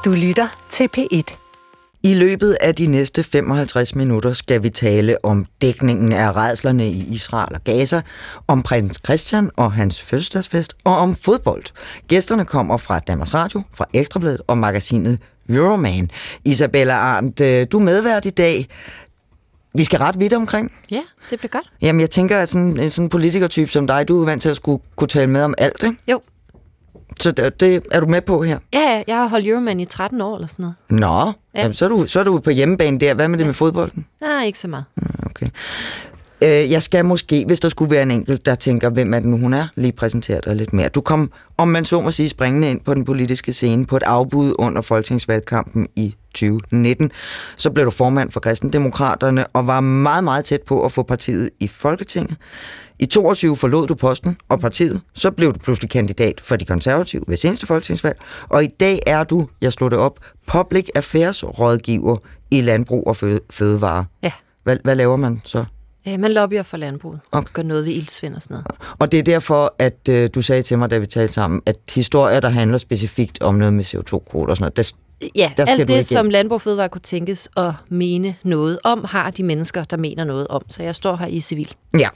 Du lytter til P1. I løbet af de næste 55 minutter skal vi tale om dækningen af rædslerne i Israel og Gaza, om prins Christian og hans fødselsdagsfest og om fodbold. Gæsterne kommer fra Danmarks Radio, fra Ekstrabladet og magasinet Euroman. Isabella Arndt, du er medvært i dag. Vi skal ret vidt omkring. Ja, det bliver godt. Jamen, jeg tænker, at sådan en politikertype som dig, du er vant til at kunne tale med om alt, ikke? Jo. Så det er du med på her? Ja, jeg har holdt Euroman i 13 år eller sådan noget. Nå, ja. Jamen, så er du på hjemmebane der. Hvad med det med fodbolden? Nej, ikke så meget. Okay. Jeg skal måske, hvis der skulle være en enkelt, der tænker, hvem er det nu, hun er, lige præsentere dig lidt mere. Du kom, om man så må sige, springende ind på den politiske scene på et afbud under folketingsvalgkampen i 2019. Så blev du formand for Kristendemokraterne og var meget, meget tæt på at få partiet i Folketinget. I 22 forlod du posten og partiet, så blev du pludselig kandidat for de konservative ved seneste folketingsvalg, og i dag er du, jeg slår det op, Public Affairs rådgiver i Landbrug og Fødevare. Ja. Hvad laver man så? Man lobbyer for landbruget og Okay. gør noget ved ildsvind og sådan noget. Og det er derfor, at du sagde til mig, da vi talte sammen, at historier, der handler specifikt om noget med CO2-kvoter og sådan noget, Ja, der skal alt du det, igen. som Landbrug og Fødevare kunne tænkes at mene noget om, har de mennesker, der mener noget om. Så jeg står her i civil. Ja.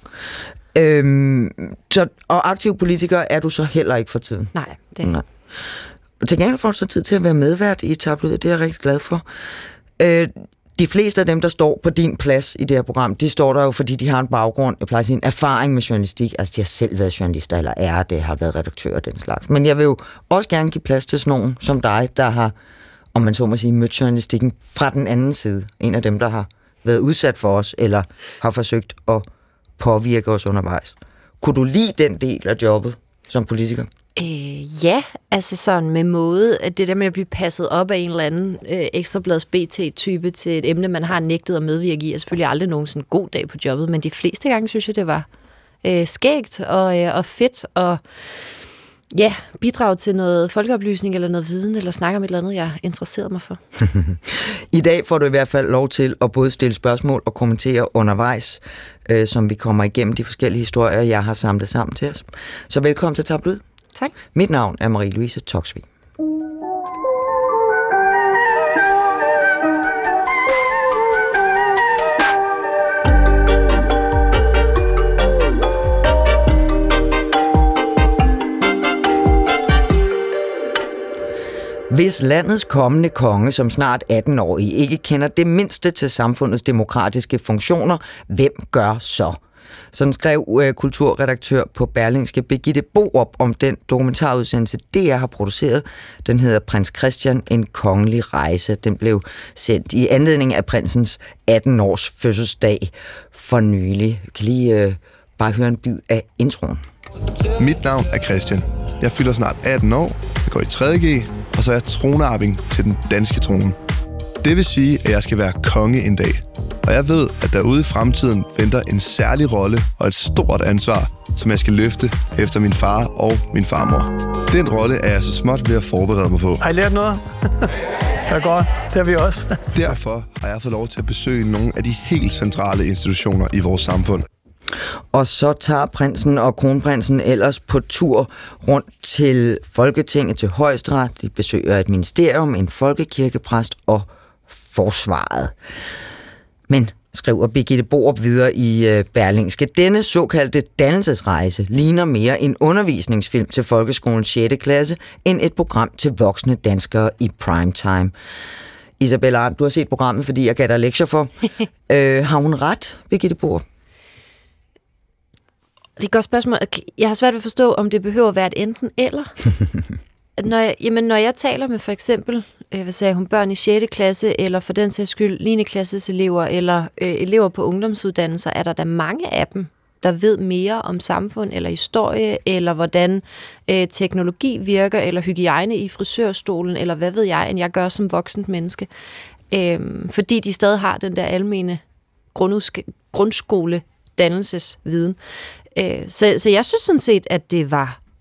Og aktiv politiker er du så heller ikke for tiden? Nej, det er Nej. Til gengæld får du så tid til at være medvært i tabloidet, det er jeg rigtig glad for. De fleste af dem, der står på din plads i det her program, de står der jo, fordi de har en baggrund, jeg plejer at sige, en erfaring med journalistik. Altså, de har selv været journalister, eller har været redaktører og den slags. Men jeg vil jo også gerne give plads til sådan nogen som dig, der har, om man så må sige, mødt journalistikken fra den anden side. En af dem, der har været udsat for os, eller har forsøgt at påvirke os undervejs. Kunne du lide den del af jobbet som politiker? Ja, altså sådan med måde, at det der med at blive passet op af en eller anden Ekstrabladets BT-type til et emne, man har nægtet at medvirke i, er selvfølgelig aldrig nogensinde en god dag på jobbet, men de fleste gange synes jeg, det var skægt og fedt og ja, bidrage til noget folkeoplysning eller noget viden, eller snakke om et eller andet, jeg interesserede mig for. I dag får du i hvert fald lov til at både stille spørgsmål og kommentere undervejs, som vi kommer igennem de forskellige historier, jeg har samlet sammen til os. Så velkommen til Tabloid. Tak. Mit navn er Marie-Louise Toksvig. Hvis landets kommende konge, som snart 18-årig, ikke kender det mindste til samfundets demokratiske funktioner, hvem gør så? Sådan skrev kulturredaktør på Berlingske Birgitte Borup om den dokumentarudsendelse, DR har produceret. Den hedder Prins Christian, en kongelig rejse. Den blev sendt i anledning af prinsens 18-års fødselsdag for nylig. Kan lige bare høre en bid af introen. Mit navn er Christian. Jeg fylder snart 18 år, jeg går i 3.G, og så er jeg tronarving til den danske trone. Det vil sige, at jeg skal være konge en dag. Og jeg ved, at derude i fremtiden venter en særlig rolle og et stort ansvar, som jeg skal løfte efter min far og min farmor. Den rolle er jeg så småt ved at forberede mig på. Har I lært noget? Det er godt. Det har vi også. Derfor har jeg fået lov til at besøge nogle af de helt centrale institutioner i vores samfund. Og så tager prinsen og kronprinsen ellers på tur rundt til Folketinget, til Højesteret. De besøger et ministerium, en folkekirkepræst og forsvaret. Men, skriver Birgitte Borup videre i Berlingske, denne såkaldte dannelsesrejse ligner mere en undervisningsfilm til folkeskolens 6. klasse, end et program til voksne danskere i primetime. Isabella Arndt, du har set programmet, fordi jeg gav dig lektier for. Har hun ret, Birgitte Borup? Det er et godt spørgsmål. Jeg har svært ved at forstå, om det behøver at være et enten eller. Når jeg taler med for eksempel, børn i 6. klasse, eller for den sags skyld 9. klasses elever, eller elever på ungdomsuddannelser, er der da mange af dem, der ved mere om samfund, eller historie, eller hvordan teknologi virker, eller hygiejne i frisørstolen, eller hvad ved jeg, end jeg gør som voksent menneske. Fordi de stadig har den der almene grundskole dannelsesviden. Så jeg synes sådan set, at det var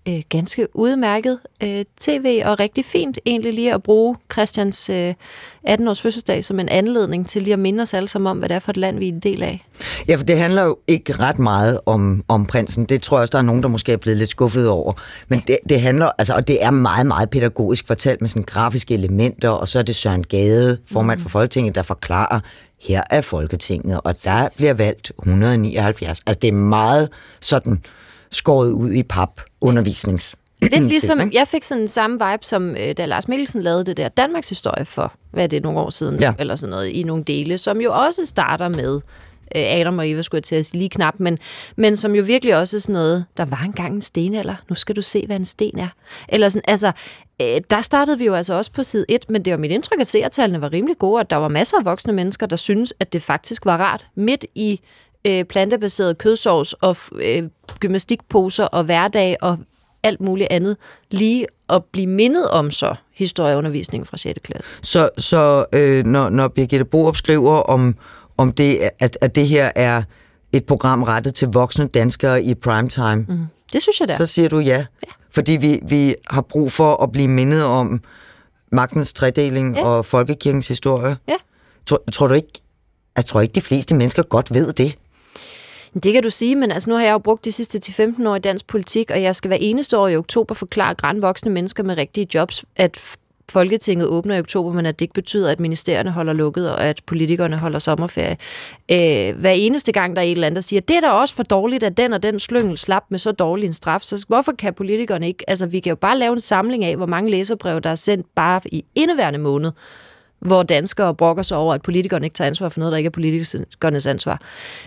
ganske udmærket tv, og rigtig fint egentlig lige at bruge Christians 18-års fødselsdag som en anledning til lige at minde os alle sammen om, hvad det er for et land, vi er en del af. Ja, for det handler jo ikke ret meget om prinsen. Det tror jeg også, der er nogen, der måske er blevet lidt skuffet over. Men det handler, altså, og det er meget, meget pædagogisk fortalt med sådan grafiske elementer, og så er det Søren Gade, formand for Folketinget, der forklarer, her er Folketinget, og der bliver valgt 179. Altså, det er meget sådan skåret ud i pap undervisnings. Lidt ligesom, jeg fik sådan samme vibe, som da Lars Mikkelsen lavede det der Danmarks historie for, hvad er det, nogle år siden, eller sådan noget, i nogle dele, som jo også starter med Adam og Eva, skulle jeg til at sige, lige knap, men som jo virkelig også er sådan noget, der var engang en stenalder, nu skal du se, hvad en sten er. Eller sådan, altså, der startede vi jo altså også på side 1, men det var mit indtryk, at seertallene var rimelig gode, og der var masser af voksne mennesker, der synes, at det faktisk var rart midt i plantebaseret kødsovs og gymnastikposer og hverdag og alt muligt andet, lige at blive mindet om så historieundervisningen fra 6. klasse. Så når Birgitte Borup skriver om det, at det her er et program rettet til voksne danskere i primetime, det synes jeg da. Så siger du ja. Fordi vi har brug for at blive mindet om magtens tredeling og folkekirkens historie. Ja. Tror du ikke, de fleste mennesker godt ved det? Det kan du sige, men altså nu har jeg jo brugt de sidste 10-15 år i dansk politik, og jeg skal hver eneste år i oktober forklare grandvoksne mennesker med rigtige jobs, at Folketinget åbner i oktober, men at det ikke betyder, at ministerierne holder lukket, og at politikerne holder sommerferie. Hver eneste gang, der er et eller andet, der siger, det er da også for dårligt, at den og den slyngel slap med så dårlig en straf, så hvorfor kan politikerne ikke? Altså, vi kan jo bare lave en samling af, hvor mange læserbreve, der er sendt bare i indeværende måned, hvor danskere brokker sig over, at politikerne ikke tager ansvar for noget, der ikke er politikernes ansvar.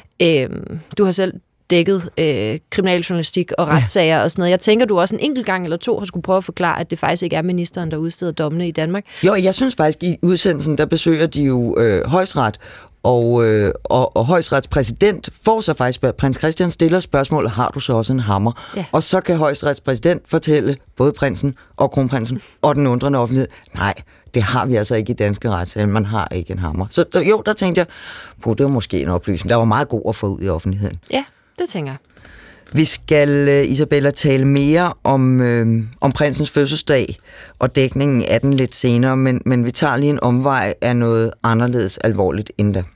Du har selv dækket kriminaljournalistik og retssager og sådan noget. Jeg tænker, du også en enkelt gang eller to har skulle prøve at forklare, at det faktisk ikke er ministeren, der udsteder dommene i Danmark. Jo, jeg synes faktisk, i udsendelsen, der besøger de jo Højesteret, og Højesterets præsident får så faktisk, prins Christian stiller spørgsmålet, har du så også en hammer? Ja. Og så kan Højesterets præsident fortælle både prinsen og kronprinsen og den undrende offentlighed, nej, det har vi altså ikke i danske retssager, man har ikke en hammer. Så jo, der tænkte jeg, det var måske en oplysning, der var meget god at få ud i offentligheden. Ja, det tænker jeg. Vi skal, Isabella, tale mere om prinsens fødselsdag og dækningen af den lidt senere, men vi tager lige en omvej af noget anderledes alvorligt end da.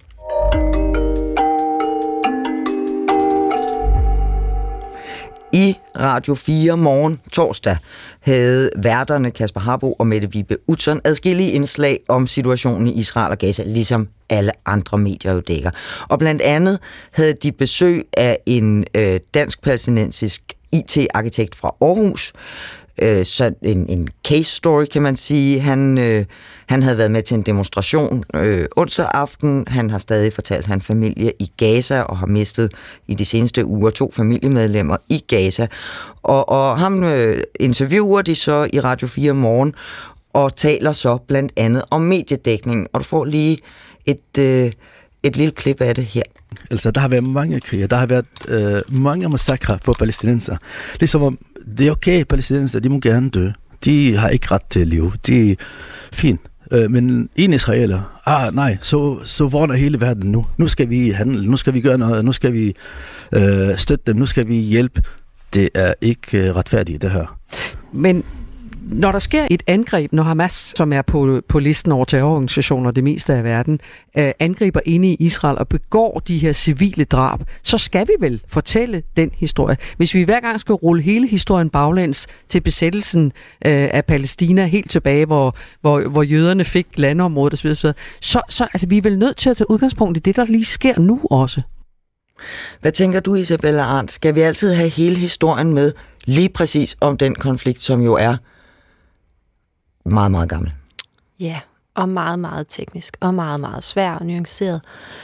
I Radio 4 morgen torsdag havde værterne Kasper Harbo og Mette Vibe Utzon adskillige indslag om situationen i Israel og Gaza, ligesom alle andre medier jo dækker. Og blandt andet havde de besøg af en dansk-palæstinensisk IT-arkitekt fra Aarhus, så en case story, kan man sige. Han havde været med til en demonstration onsdag aften. Han har stadig fortalt, at han familie i Gaza og har mistet i de seneste uger 2 familiemedlemmer i Gaza. Og ham interviewer de så i Radio 4 morgen og taler så blandt andet om mediedækning. Og du får lige et lille klip af det her. Altså, der har været mange krige, der har været mange massakrer på palæstinenser. Ligesom om, det er okay, palæstinenser, de må gerne dø. De har ikke ret til at leve. De er fint. Men en israeler, nej, så vågner hele verden nu. Nu skal vi handle, nu skal vi gøre noget, nu skal vi støtte dem, nu skal vi hjælpe. Det er ikke retfærdigt, det her. Men når der sker et angreb, når Hamas, som er på listen over terrororganisationer det meste af verden, angriber inde i Israel og begår de her civile drab, så skal vi vel fortælle den historie. Hvis vi hver gang skal rulle hele historien baglæns til besættelsen af Palæstina helt tilbage, hvor jøderne fik landområdet osv., så altså, vi er vel nødt til at tage udgangspunkt i det, der lige sker nu også. Hvad tænker du, Isabella Arndt? Skal vi altid have hele historien med lige præcis om den konflikt, som jo er meget, meget gammel? Ja, og meget, meget teknisk, og meget, meget svær og nuanceret.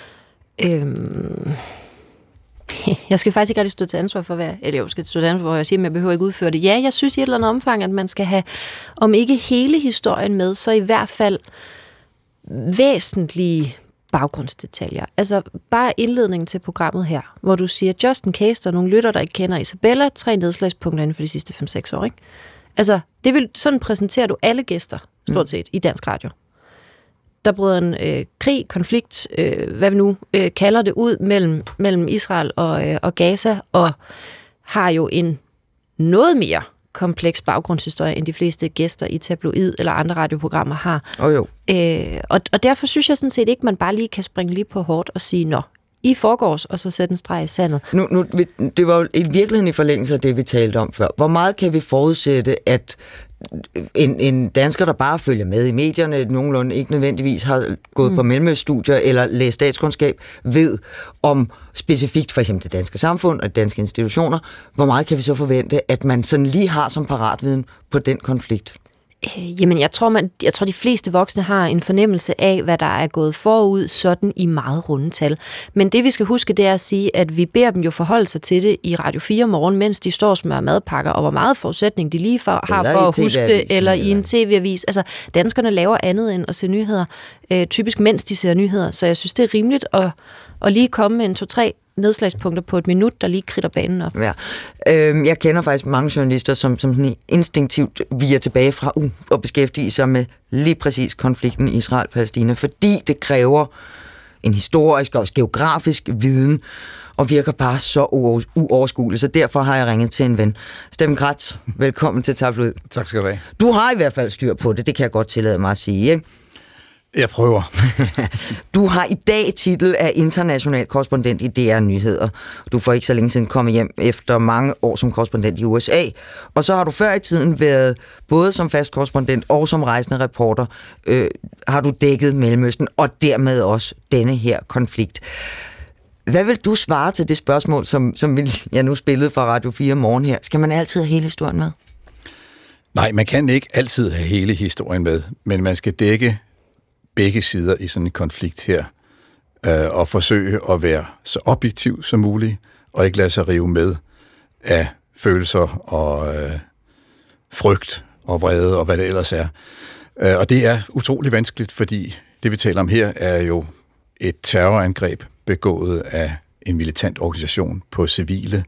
Jeg skal faktisk ikke rigtig stå til ansvar for, jeg skal stå til ansvar for, jeg siger, at jeg behøver ikke udføre det. Ja, jeg synes i et eller andet omfang, at man skal have, om ikke hele historien med, så i hvert fald væsentlige baggrundsdetaljer. Altså bare indledningen til programmet her, hvor du siger, just in case, der er nogle lytter, der ikke kender Isabella, 3 nedslagspunkter inden for de sidste 5-6 år, ikke? Altså, sådan præsenterer du alle gæster, stort set, i dansk radio. Der bryder en krig, konflikt, hvad vi nu kalder det, ud mellem Israel og Gaza, og har jo en noget mere kompleks baggrundshistorie, end de fleste gæster i Tabloid eller andre radioprogrammer har. Og derfor synes jeg sådan set ikke, man bare lige kan springe lige på hårdt og sige, nå, i forgårs, og så sætte en streg i sandet. Det var jo i virkeligheden i forlængelse af det, vi talte om før. Hvor meget kan vi forudsætte, at en dansker, der bare følger med i medierne, nogenlunde ikke nødvendigvis har gået på mellemøststudier eller læst statskundskab, ved om specifikt for eksempel det danske samfund og danske institutioner, hvor meget kan vi så forvente, at man sådan lige har som paratviden på den konflikt? Jamen, jeg tror, de fleste voksne har en fornemmelse af, hvad der er gået forud, sådan i meget runde tal. Men det, vi skal huske, det er at sige, at vi beder dem jo forholde sig til det i Radio 4 morgen, mens de står og smører madpakker, og hvor meget forudsætning de lige har for at huske det, eller i en tv-avis. Altså, danskerne laver andet end at se nyheder, typisk mens de ser nyheder. Så jeg synes, det er rimeligt at lige komme med en 2-3 nedslagspunkter på et minut, der lige kridter banen op. Ja. Jeg kender faktisk mange journalister, som instinktivt viger tilbage fra og beskæftige sig med lige præcis konflikten Israel-Palæstina, fordi det kræver en historisk og geografisk viden, og virker bare så uoverskueligt. Så derfor har jeg ringet til en ven. Steffen Kratz, velkommen til Tabloid. Tak skal du have. Du har i hvert fald styr på det kan jeg godt tillade mig at sige, ikke? Jeg prøver. Du har i dag titel af international korrespondent i DR Nyheder. Du får ikke så længe siden kommet hjem efter mange år som korrespondent i USA. Og så har du før i tiden været både som fast korrespondent og som rejsende reporter. Har du dækket Mellemøsten og dermed også denne her konflikt. Hvad vil du svare til det spørgsmål, som jeg nu spillede fra Radio 4 morgen her? Skal man altid have hele historien med? Nej, man kan ikke altid have hele historien med, men man skal dække begge sider i sådan en konflikt her, og forsøge at være så objektiv som muligt, og ikke lade sig rive med af følelser og frygt og vrede og hvad det ellers er. Og det er utrolig vanskeligt, fordi det vi taler om her er jo et terrorangreb begået af en militant organisation på civile,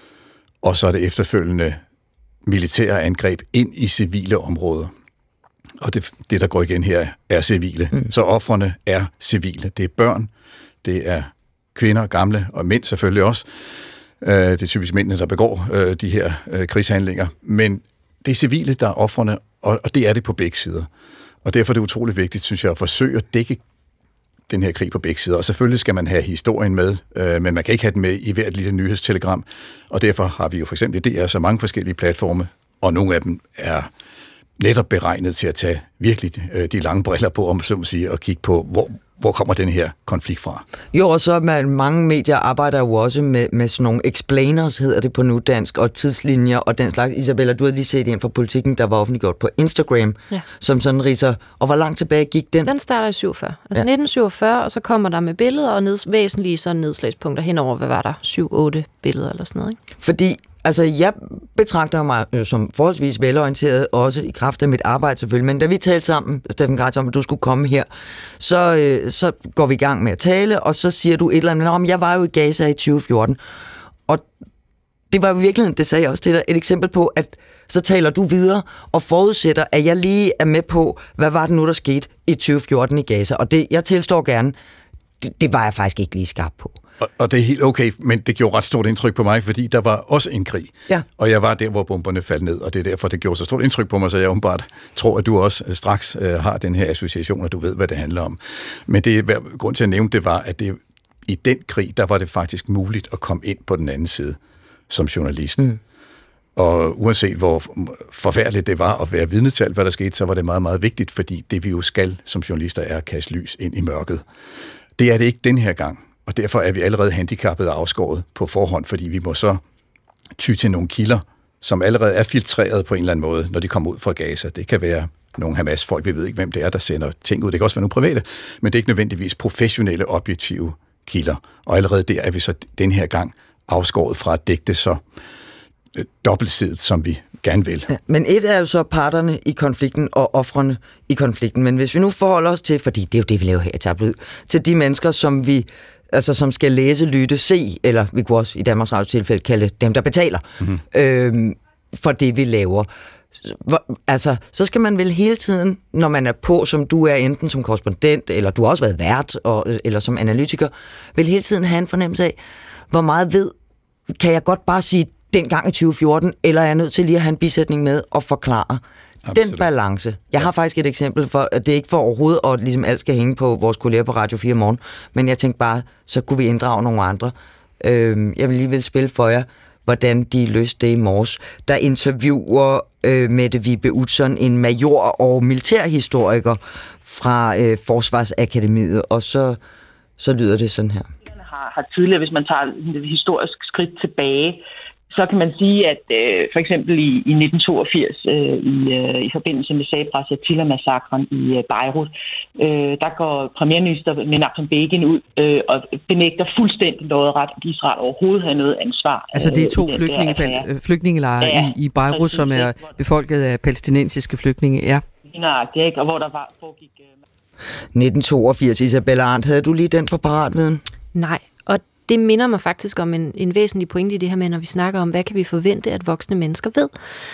og så er det efterfølgende militære angreb ind i civile områder. Og det, der går igen her, er civile. Så ofrene er civile. Det er børn, det er kvinder, gamle og mænd selvfølgelig også. Det er typisk mændene, der begår de her krigshandlinger. Men det er civile, der er ofrene, og det er det på begge sider. Og derfor er det utroligt vigtigt, synes jeg, at forsøge at dække den her krig på begge sider. Og selvfølgelig skal man have historien med, men man kan ikke have den med i hvert lille nyhedstelegram. Og derfor har vi jo for eksempel DR så mange forskellige platforme, og nogle af dem er netop beregnet til at tage virkelig de lange briller på, om så må sige, og kigge på, hvor kommer den her konflikt fra. Jo, og så mange medier arbejder jo også med sådan nogle explainers, hedder det på nudansk, og tidslinjer og den slags. Isabella, du har lige set en fra Politikken, der var offentliggjort på Instagram, som sådan riser. Og hvor langt tilbage gik den? Den starter i 47. Altså 1947, og så kommer der med billeder og væsentlige sådan nedslagspunkter henover, hvad var der? 7-8 billeder eller sådan noget, ikke? Fordi altså, jeg betragter mig som forholdsvis velorienteret, også i kraft af mit arbejde selvfølgelig, men da vi talte sammen, Steffen Kratz, om at du skulle komme her, så går vi i gang med at tale, og så siger du et eller andet om, jeg var jo i Gaza i 2014, og det var i virkeligheden, det sagde jeg også til dig, et eksempel på, at så taler du videre og forudsætter, at jeg lige er med på, hvad var det nu, der skete i 2014 i Gaza, og det, jeg tilstår gerne, det var jeg faktisk ikke lige skarp på. Og det er helt okay, men det gjorde ret stort indtryk på mig, fordi der var også en krig. Ja. Og jeg var der, hvor bomberne faldt ned, og det er derfor, det gjorde så stort indtryk på mig, så jeg umiddelbart tror, at du også straks har den her association, og du ved, hvad det handler om. Men det grund til at nævne det var, at det, i den krig, der var det faktisk muligt at komme ind på den anden side som journalist. Og uanset hvor forfærdeligt det var at være vidne til alt, hvad der skete, så var det meget, meget vigtigt, fordi det vi jo skal som journalister er at kaste lys ind i mørket. Det er det ikke den her gang. Og derfor er vi allerede handicappet og afskåret på forhånd, fordi vi må så ty til nogle kilder, som allerede er filtreret på en eller anden måde, når de kommer ud fra Gaza. Det kan være nogle Hamas-folk, vi ved ikke, hvem det er, der sender ting ud. Det kan også være nogle private, men det er ikke nødvendigvis professionelle, objektive kilder. Og allerede der er vi så den her gang afskåret fra at dække det så dobbeltsidigt, som vi gerne vil. Ja, men et er jo så parterne i konflikten og ofrene i konflikten. Men hvis vi nu forholder os til, fordi det er jo det, vi laver her i Tabloid, til de mennesker, som skal læse, lytte, se, eller vi kunne også i Danmarks Radio tilfælde kalde dem, der betaler for det, vi laver. Altså, så skal man vel hele tiden, når man er på, som du er, enten som korrespondent, eller du har også været vært, eller som analytiker, vil hele tiden have en fornemmelse af, hvor meget kan jeg godt bare sige, dengang i 2014, eller er jeg nødt til lige at have en bisætning med og forklare den balance? Jeg har faktisk et eksempel for, at det er ikke for overhovedet, og ligesom alt skal hænge på vores kolleger på Radio 4 morgen, men jeg tænkte bare, så kunne vi inddrage nogle andre. Jeg vil lige vil spille for jer, hvordan de løste det i morges. Der interviewer Mette Vibe Utzon, en major og militærhistoriker fra Forsvarsakademiet, og så lyder det sådan her. Har tidligere, hvis man tager et historisk skridt tilbage, så kan man sige, at for eksempel i 1982, i forbindelse med Sabra Shatila-massakren i Beirut, der går premierminister Menachem Begin ud og benægter fuldstændig lodret, at Israel overhovedet havde noget ansvar. Altså det er 2 flygtningelejre i Beirut, som er befolket af palæstinensiske flygtninge, ja. Ikke? Og hvor der foregik... 1982, Isabella Arndt, havde du lige den på paratviden? Nej, og det minder mig faktisk om en væsentlig pointe i det her med, når vi snakker om, hvad kan vi forvente, at voksne mennesker ved.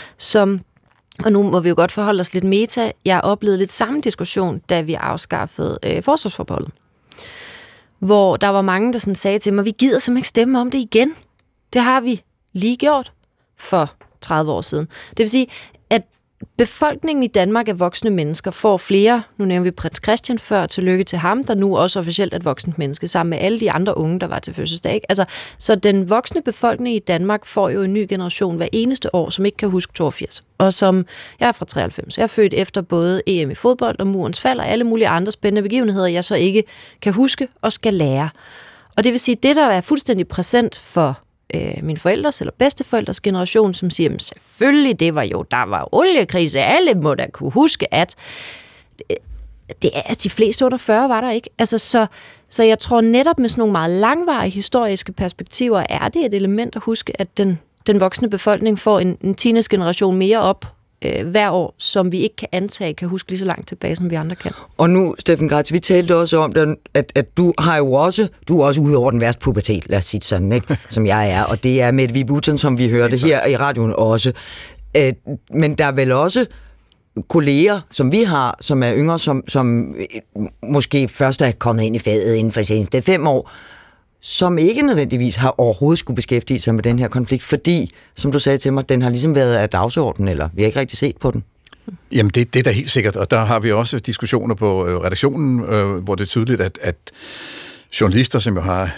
Og nu må vi jo godt forholde os lidt meta. Jeg oplevede lidt samme diskussion, da vi afskaffede forsvarsforbeholdet. Hvor der var mange, der sådan sagde til mig, vi gider simpelthen ikke stemme om det igen. Det har vi lige gjort for 30 år siden. Det vil sige, at befolkningen i Danmark af voksne mennesker får flere, nu nævner vi prins Christian før, tillykke til ham, der nu også officielt er et voksent menneske, sammen med alle de andre unge, der var til fødselsdag. Ikke? Altså, så den voksne befolkning i Danmark får jo en ny generation hver eneste år, som ikke kan huske 82. Og som, jeg er fra 93, jeg er født efter både EM i fodbold og Murens fald og alle mulige andre spændende begivenheder, jeg så ikke kan huske og skal lære. Og det vil sige, det der er fuldstændig præsent for min forældres eller bedsteforældres generation, som siger, men selvfølgelig, der var oliekrise, alle må da kunne huske, at det er, at de fleste under 40 var der ikke. Altså, så jeg tror netop med sådan nogle meget langvarige historiske perspektiver, er det et element at huske, at den voksne befolkning får en teenage-generation mere op hver år, som vi ikke kan antage, kan huske lige så langt tilbage, som vi andre kan. Og nu, Steffen Gratz, vi talte også om, at du er også ude over den værste pubertet, lad os sige sådan, ikke? Som jeg er, og det er Mette Vibe Utzon, som vi hørte her i radioen også. Men der er vel også kolleger, som vi har, som er yngre, som måske først er kommet ind i faget inden for de seneste 5 år, som ikke nødvendigvis har overhovedet skulle beskæftige sig med den her konflikt, fordi, som du sagde til mig, den har ligesom været af dagsordenen, eller vi har ikke rigtig set på den. Jamen, det er da helt sikkert, og der har vi også diskussioner på redaktionen, hvor det er tydeligt, at journalister, som jo har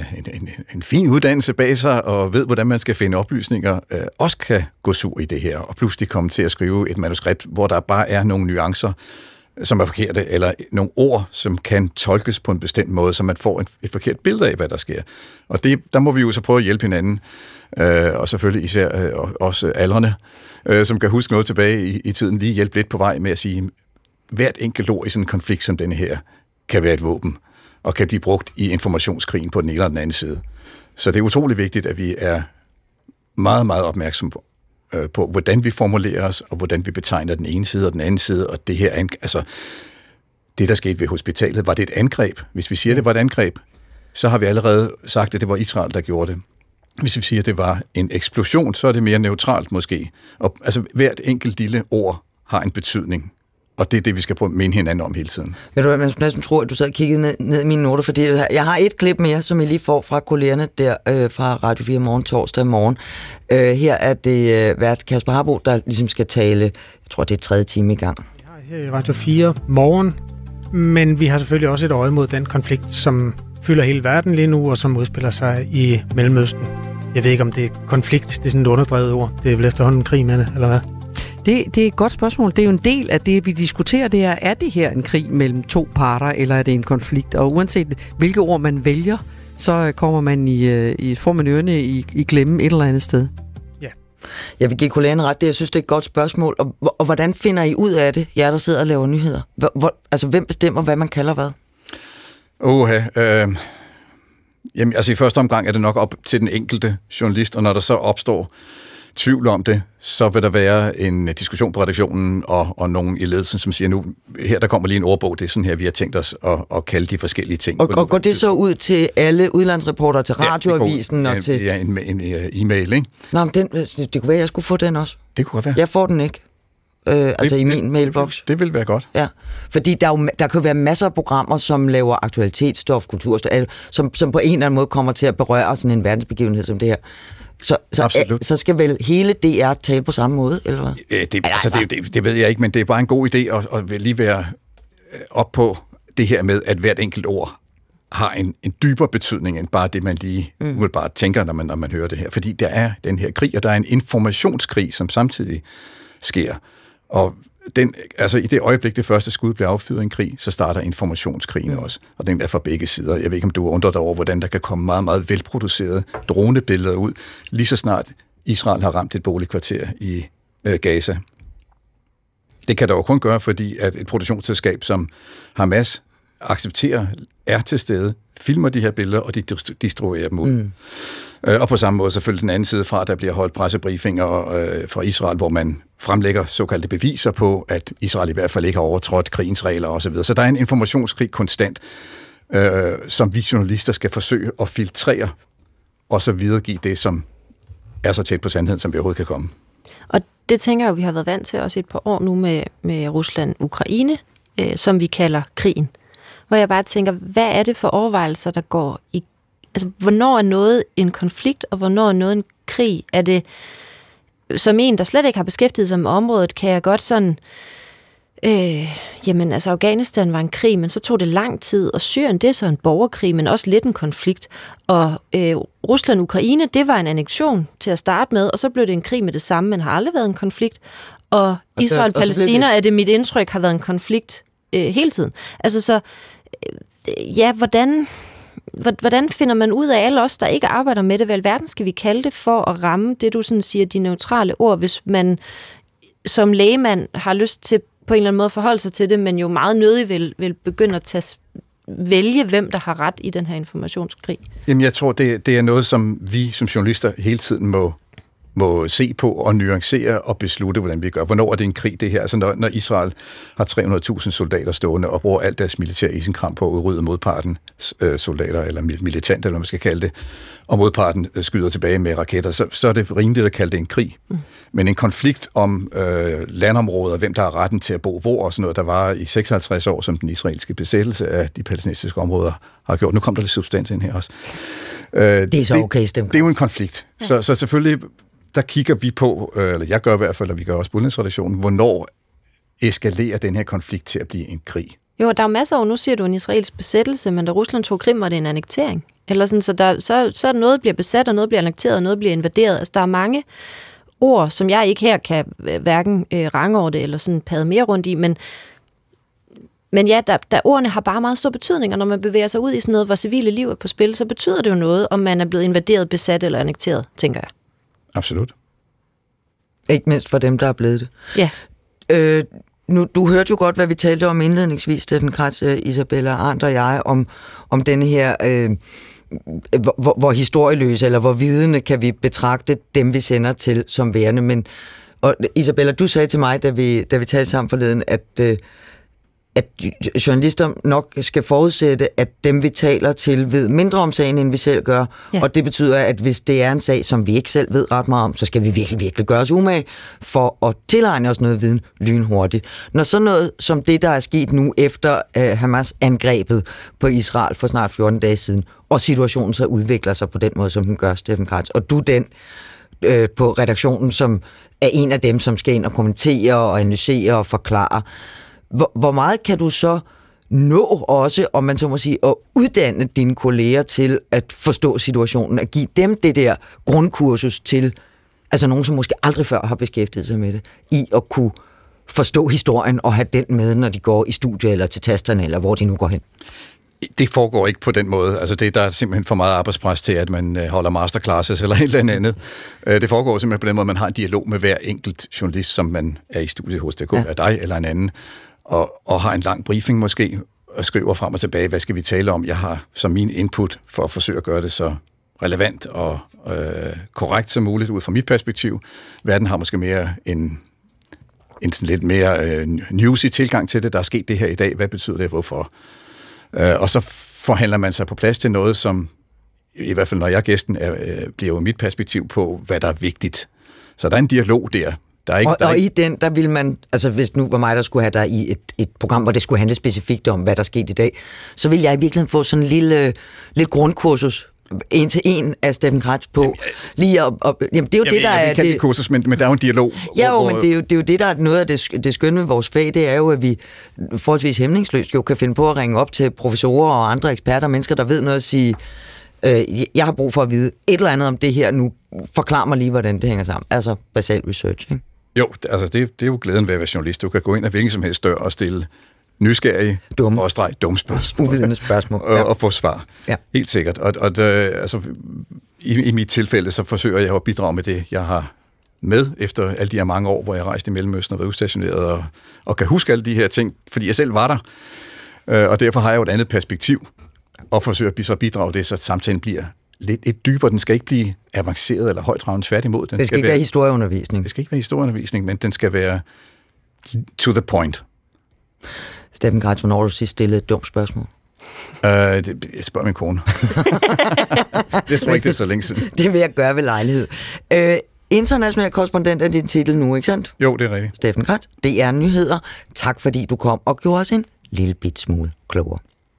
en fin uddannelse bag sig, og ved, hvordan man skal finde oplysninger, også kan gå sur i det her, og pludselig komme til at skrive et manuskript, hvor der bare er nogle nuancer, som er forkerte, eller nogle ord, som kan tolkes på en bestemt måde, så man får et forkert billede af, hvad der sker. Og der må vi jo så prøve at hjælpe hinanden, og selvfølgelig især også aldrene, som kan huske noget tilbage i tiden, lige hjælpe lidt på vej med at sige, hvert enkelt ord i sådan en konflikt som denne her, kan være et våben, og kan blive brugt i informationskrigen på den ene eller den anden side. Så det er utrolig vigtigt, at vi er meget, meget opmærksomme på, hvordan vi formulerer os, og hvordan vi betegner den ene side og den anden side, og det her, altså, det der skete ved hospitalet, var det et angreb? Hvis vi siger, det var et angreb, så har vi allerede sagt, at det var Israel, der gjorde det. Hvis vi siger, at det var en eksplosion, så er det mere neutralt måske. Og altså, hvert enkelt lille ord har en betydning. Og det er det, vi skal prøve at minde hinanden om hele tiden. Ved du hvad, man skulle næsten tro, at du sad og kiggede ned i mine noter, fordi jeg har et klip mere, som I lige får fra kollegerne der fra Radio 4 morgen, torsdag morgen. Her er det vært Kasper Harbo, der ligesom skal tale, jeg tror, det er 3. time i gang. Vi har her i Radio 4 morgen, men vi har selvfølgelig også et øje mod den konflikt, som fylder hele verden lige nu, og som udspiller sig i Mellemøsten. Jeg ved ikke, om det er konflikt, det er sådan et underdrevet ord. Det er vel efterhånden krig med det, eller hvad? Det er et godt spørgsmål. Det er jo en del af det, vi diskuterer, det er det her en krig mellem 2 parter, eller er det en konflikt? Og uanset hvilke ord man vælger, så kommer man får man ørerne i glemme et eller andet sted. Ja. Jeg vil give kollegerne ret, jeg synes, det er et godt spørgsmål. Og hvordan finder I ud af det, jer der sidder og laver nyheder? Altså, hvem bestemmer, hvad man kalder hvad? Jamen, altså i første omgang er det nok op til den enkelte journalist, og når der så opstår tvivl om det, så vil der være en diskussion på redaktionen og nogen i ledelsen, som siger nu, her der kommer lige en ordbog, det er sådan her, vi har tænkt os at kalde de forskellige ting. Og går det så ud til alle udlandsreportere, til radioavisen? Ja, og til... en e-mail, ikke? Nå, men det kunne være, jeg skulle få den også. Det kunne godt være. Jeg får den ikke. i min mailbox. Det vil være godt. Ja, fordi der kan være masser af programmer, som laver aktualitetsstof, kulturstof, som på en eller anden måde kommer til at berøre sådan en verdensbegivenhed som det her. Så skal vel hele DR tale på samme måde, eller hvad? Det ved jeg ikke, men det er bare en god idé at lige være op på det her med, at hvert enkelt ord har en dybere betydning end bare det, man lige bare tænker, når man hører det her. Fordi der er den her krig, og der er en informationskrig, som samtidig sker. Og i det øjeblik, det første skud bliver affyret i en krig, så starter informationskrigen også. Og den er fra begge sider. Jeg ved ikke, om du undrer dig over, hvordan der kan komme meget, meget velproducerede dronebilleder ud, lige så snart Israel har ramt et boligkvarter i Gaza. Det kan der jo kun gøre, fordi at et produktionsselskab som Hamas accepterer, er til stede, filmer de her billeder, og de distribuerer dem ud. Og på samme måde selvfølgelig den anden side fra, der bliver holdt pressebriefinger fra Israel, hvor man fremlægger såkaldte beviser på, at Israel i hvert fald ikke har overtrådt krigens regler osv. Så der er en informationskrig konstant, som vi journalister skal forsøge at filtrere, og så videregive det, som er så tæt på sandheden, som vi overhovedet kan komme. Og det tænker jeg, vi har været vant til også et par år nu med Rusland-Ukraine, som vi kalder krigen. Hvor jeg bare tænker, hvad er det for overvejelser, der går i... Altså, hvornår er noget en konflikt, og hvornår er noget en krig? Er det, som en, der slet ikke har beskæftiget sig med området, kan jeg godt sådan... Afghanistan var en krig, men så tog det lang tid, og Syrien, det er så en borgerkrig, men også lidt en konflikt. Og Rusland-Ukraine, det var en annektion til at starte med, og så blev det en krig med det samme, men har aldrig været en konflikt. Og Israel-Palæstina, er det mit indtryk, har været en konflikt hele tiden. Altså så, hvordan finder man ud af alle os, der ikke arbejder med det? Hvad i verden skal vi kalde det for at ramme det, du sådan siger, de neutrale ord, hvis man som lægemand har lyst til på en eller anden måde at forholde sig til det, men jo meget nødig vil begynde at vælge, hvem der har ret i den her informationskrig? Jamen, jeg tror, det er noget, som vi som journalister hele tiden må se på og nuancere og beslutte, hvordan vi gør. Hvornår er det en krig, det her? Altså, når Israel har 300.000 soldater stående og bruger alt deres militære isenkram på at udrydde modparten soldater, eller militanter, eller hvad man skal kalde det, og modparten skyder tilbage med raketter, så er det rimeligt at kalde det en krig. Men en konflikt om landområder, hvem der har retten til at bo hvor, og sådan noget, der var i 56 år, som den israelske besættelse af de palæstinensiske områder har gjort. Nu kom der lidt substans ind her også. Det er så okay stemt. Det er jo en konflikt. Ja. Så selvfølgelig, der kigger vi på, eller jeg gør i hvert fald, og vi gør også på udenrigsredaktionen, hvornår eskalerer den her konflikt til at blive en krig? Jo, der er masser af, nu siger du en israelsk besættelse, men da Rusland tog Krim, var det en annektering. Eller sådan, så noget bliver besat, og noget bliver annekteret, og noget bliver invaderet. Altså, der er mange ord, som jeg ikke her kan hverken rangordne eller sådan padde mere rundt i, men ja, der ordene har bare meget stor betydning, og når man bevæger sig ud i sådan noget, hvor civile liv er på spil, så betyder det jo noget, om man er blevet invaderet, besat eller annekteret, tænker jeg. Absolut. Ikke mindst for dem, der er blevet det. Ja. Du hørte jo godt, hvad vi talte om indledningsvis, Steffen Kretz, Isabella Arndt og jeg, om denne her, hvor historieløse eller hvor vidende kan vi betragte dem, vi sender til som værende. Men, og Isabella, du sagde til mig, da vi talte sammen forleden, at journalister nok skal forudsætte, at dem, vi taler til, ved mindre om sagen, end vi selv gør. Ja. Og det betyder, at hvis det er en sag, som vi ikke selv ved ret meget om, så skal vi virkelig, virkelig gøre os umage for at tilegne os noget viden lynhurtigt. Når så noget som det, der er sket nu efter Hamas-angrebet på Israel for snart 14 dage siden, og situationen så udvikler sig på den måde, som den gør, Steffen Kretz, og du den på redaktionen, som er en af dem, som skal ind og kommentere og analysere og forklare. Hvor meget kan du så nå også, om man så må sige, at uddanne dine kolleger til at forstå situationen, at give dem det der grundkursus til, altså nogen, som måske aldrig før har beskæftiget sig med det, i at kunne forstå historien og have den med, når de går i studie eller til tasterne, eller hvor de nu går hen? Det foregår ikke på den måde. Altså der er simpelthen for meget arbejdspres til, at man holder masterclasses eller et eller andet. Det foregår simpelthen på den måde, at man har en dialog med hver enkelt journalist, som man er i studie hos. Det kunne være dig eller en anden. Og har en lang briefing måske, og skriver frem og tilbage, hvad skal vi tale om? Jeg har som min input for at forsøge at gøre det så relevant og korrekt som muligt ud fra mit perspektiv. Verden har måske mere en sådan lidt mere newsy tilgang til det. Der er sket det her i dag. Hvad betyder det? Hvorfor? Og så forhandler man sig på plads til noget, som i hvert fald når jeg er gæsten, bliver jo mit perspektiv på, hvad der er vigtigt. Så der er en dialog der. Og i den, der vil man, altså hvis nu var mig, der skulle have dig i et program, hvor det skulle handle specifikt om, hvad der skete i dag, så vil jeg i virkeligheden få sådan en lidt grundkursus, en til en af Steffen Kretz på. Jamen, det er jo det, der er det kursus, men der er jo en dialog. Ja, men det er jo det, der er noget af det skønne med vores fag, det er jo, at vi forholdsvis hæmningsløst jo kan finde på at ringe op til professorer og andre eksperter, mennesker, der ved noget at sige, jeg har brug for at vide et eller andet om det her nu. Forklar mig lige, hvordan det hænger sammen. Altså basal research, ikke? Jo, altså det er jo glæden ved at være journalist. Du kan gå ind af hvilken som helst dør og stille nysgerrige dumme spørgsmål. Uvidende spørgsmål. Og få svar. Ja. Helt sikkert. Og altså, i mit tilfælde, så forsøger jeg at bidrage med det, jeg har med efter alle de her mange år, hvor jeg rejste i Mellemøsten og var udstationeret og kan huske alle de her ting, fordi jeg selv var der. Og derfor har jeg jo et andet perspektiv og forsøger så at bidrage det, så samtalen bliver lidt dybere. Den skal ikke blive avanceret eller højtravende, tværtimod. Det skal ikke være historieundervisning. Det skal ikke være historieundervisning, men den skal være to the point. Steffen Kretz, hvornår har du sidst stillet et dumt spørgsmål? Jeg spørger min kone. Det tror jeg ikke, det er så længe siden. Det vil jeg gøre ved lejlighed. International korrespondent er din titel nu, ikke sandt? Jo, det er rigtigt. Steffen Kretz, det er nyheder. Tak fordi du kom og gjorde os en lille bit smule klogere.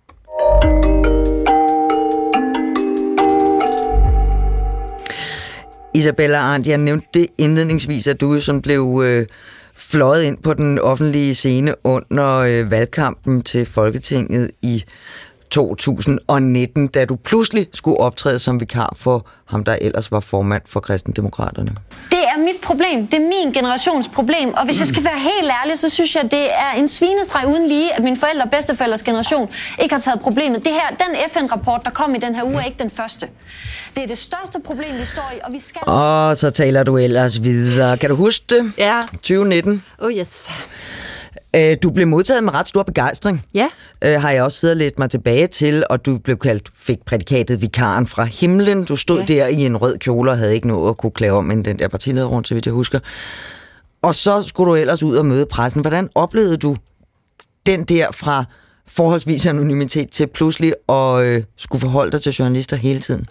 Isabella Arndt, jeg nævnte det indledningsvis, at du som blev fløjet ind på den offentlige scene under valgkampen til Folketinget i 2019, da du pludselig skulle optræde som vikar for ham, der ellers var formand for Kristendemokraterne. Det er mit problem. Det er min generations problem. Og hvis jeg skal være helt ærlig, så synes jeg, det er en svinestreg uden lige, at mine forældre og bedsteforældres generation ikke har taget problemet. Det her, den FN-rapport, der kom i den her uge, er ikke den første. Det er det største problem, vi står i, og vi skal... Og så taler du ellers videre. Kan du huske det? Ja. 2019. Oh yes. Du blev modtaget med ret stor begejstring. Ja. Har jeg også siddet og læst mig tilbage til, og du fik prædikatet vikaren fra himlen. Du stod der i en rød kjole og havde ikke noget at kunne klave om, men den der partileder rundt, så vidt jeg husker. Og så skulle du ellers ud og møde pressen. Hvordan oplevede du den der fra forholdsvis anonymitet til pludselig at skulle forholde dig til journalister hele tiden?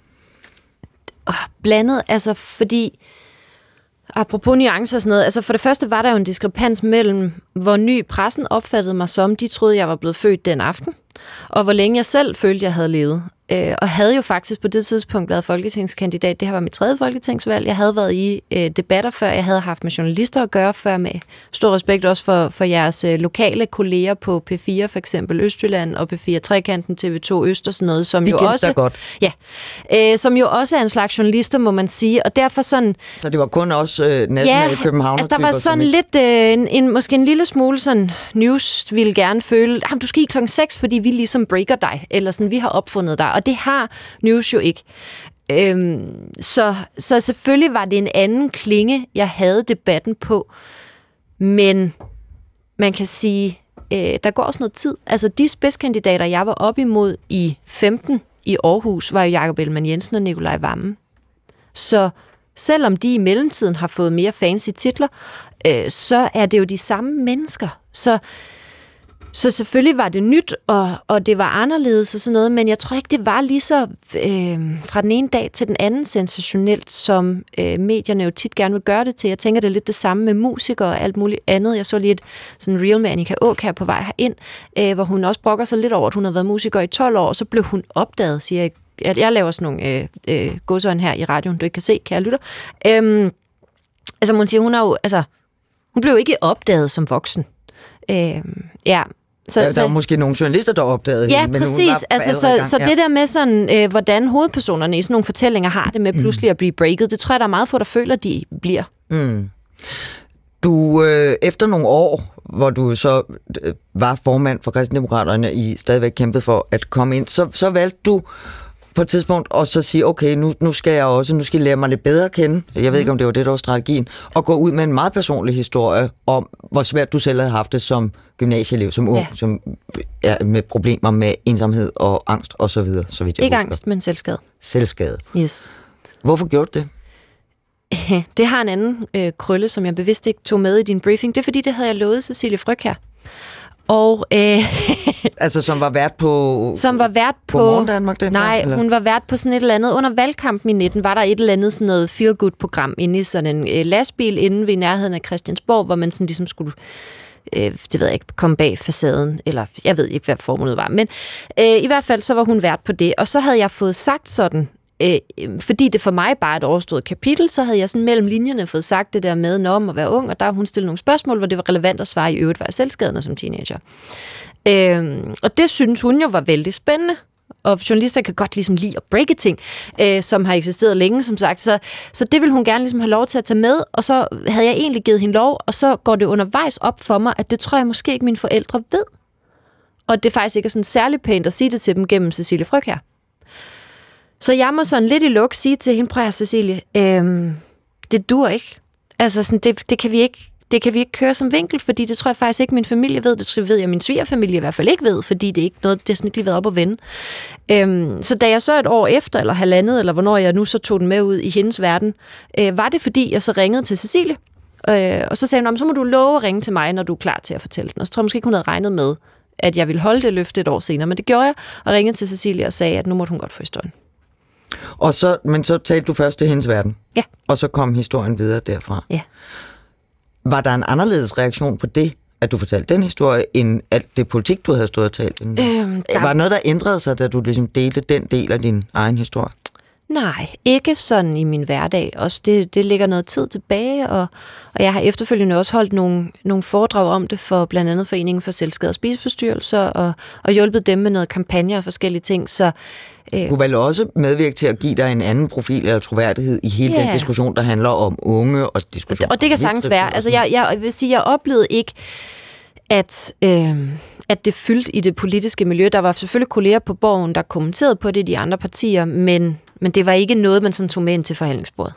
Blandet, altså fordi... Apropos nuancer og sådan noget, altså for det første var der jo en diskrepans mellem, hvor ny pressen opfattede mig som, de troede, jeg var blevet født den aften, og hvor længe jeg selv følte, jeg havde levet. Og havde jo faktisk på det tidspunkt været folketingskandidat. Det her var mit 3. folketingsvalg. Jeg havde været i debatter før. Jeg havde haft med journalister at gøre før, med stor respekt også for jeres lokale kolleger på P4, for eksempel Østjylland og P4 Trekanten, TV2 Øst og sådan noget, som jo også godt. Ja, som jo også er en slags journalister, må man sige, og derfor sådan... Så det var kun også nationale København. Altså der var sådan lidt måske en lille smule sådan news ville gerne føle, du skal i 6:00, fordi vi ligesom breaker dig, eller sådan vi har opfundet dig. Og det har news jo ikke. Så selvfølgelig var det en anden klinge, jeg havde debatten på. Men man kan sige, der går også noget tid. Altså de spidskandidater, jeg var op imod i 15 i Aarhus, var jo Jakob Ellemann-Jensen og Nikolaj Wammen. Så selvom de i mellemtiden har fået mere fancy titler, så er det jo de samme mennesker. Så selvfølgelig var det nyt, og det var anderledes og sådan noget, men jeg tror ikke, det var lige så fra den ene dag til den anden sensationelt, som medierne jo tit gerne vil gøre det til. Jeg tænker, det er lidt det samme med musikere og alt muligt andet. Jeg så lige et sådan reel med Annika Aakjær på vej herind, hvor hun også brokker sig lidt over, at hun har været musiker i 12 år, og så blev hun opdaget, siger jeg. Jeg laver sådan nogle godsøjne her i radioen, du ikke kan se, kære lytter. Altså, hun siger, hun blev jo ikke opdaget som voksen. Ja. Der var måske nogle journalister, der opdagede hende. Ja, præcis. Så det der med sådan, hvordan hovedpersonerne i sådan nogle fortællinger har det med pludselig at blive breaket, det tror jeg, der er meget få, der føler, de bliver. Mm. Du, efter nogle år, hvor du så var formand for Kristendemokraterne, I stadigvæk kæmpede for at komme ind, så valgte du på et tidspunkt og så sige, okay, nu skal I lære mig lidt bedre at kende. Jeg ved ikke, om det var det, der var strategien. Og gå ud med en meget personlig historie om, hvor svært du selv havde haft det som gymnasieelev, som ung, med problemer med ensomhed og angst og så videre. Så vidt jeg ikke husker. Angst, men selvskade. Selvskade. Yes. Hvorfor gjorde du det? Det har en anden krølle, som jeg bevidst ikke tog med i din briefing. Det er fordi, det havde jeg lovet Cecilie Frøkjær. Og, altså som var vært på... Som var vært på... Morgen Danmark den Nej, gang, eller? hun var vært på sådan et eller andet. Under valgkampen i 19 var der et eller andet sådan noget feel-good-program inde i sådan en lastbil inde ved nærheden af Christiansborg, hvor man sådan ligesom skulle... det ved jeg ikke, komme bag facaden, eller jeg ved ikke, hvad formålet var. Men i hvert fald, så var hun vært på det. Og så havde jeg fået sagt sådan, fordi det for mig bare er et overstået kapitel, så havde jeg sådan mellem linjerne fået sagt det der med, om at være ung, og der har hun stillet nogle spørgsmål, hvor det var relevant at svare, i øvrigt var jeg selvskadende som teenager. Og det synes hun jo var vældig spændende. Og journalister kan godt ligesom lide at breake ting, som har eksisteret længe, som sagt. Så det vil hun gerne ligesom have lov til at tage med, og så havde jeg egentlig givet hende lov, og så går det undervejs op for mig, at det tror jeg måske ikke mine forældre ved. Og det faktisk ikke er sådan særlig pænt at sige det til dem gennem Cecilie Frøkjær. Så jeg må sådan lidt i luk sige til hende, prøv at Cecilie, det dur ikke. Altså sådan, det kan vi ikke. Det kan vi ikke køre som vinkel, fordi det tror jeg faktisk ikke, min familie ved. Det ved jeg, min svigerfamilie i hvert fald ikke ved, fordi det er ikke noget, det har sådan ikke lige været op at vende. Så da jeg så et år efter, eller halvandet, eller hvornår jeg nu så tog den med ud i hendes verden, var det fordi, jeg så ringede til Cecilie. Og så sagde hun, så må du love at ringe til mig, når du er klar til at fortælle den. Og så tror jeg måske ikke, hun havde regnet med, at jeg ville holde det løfte et år senere. Men det gjorde jeg, og ringede til Cecilie og sagde, at nu måtte hun godt få historien. Men så talte du først til hendes verden? Ja. Og så kom historien videre derfra? Ja. Var der en anderledes reaktion på det, at du fortalte den historie, end at det politik, du havde stået og talt? Var der noget, der ændrede sig, da du ligesom delte den del af din egen historie? Nej, ikke sådan i min hverdag. Også det ligger noget tid tilbage, og jeg har efterfølgende også holdt nogle foredrag om det for blandt andet Foreningen for Selvskade og Spiseforstyrrelser, og hjulpet dem med noget kampagne og forskellige ting. Så du vil også medvirke til at give dig en anden profil eller troværdighed i hele den diskussion, der handler om unge og diskussion. Og det kan sagtens være. Altså, jeg vil sige, jeg oplevede ikke, at det fyldte i det politiske miljø. Der var selvfølgelig kolleger på Borgen, der kommenterede på det i de andre partier, men det var ikke noget, man sådan tog med ind til forhandlingsbordet.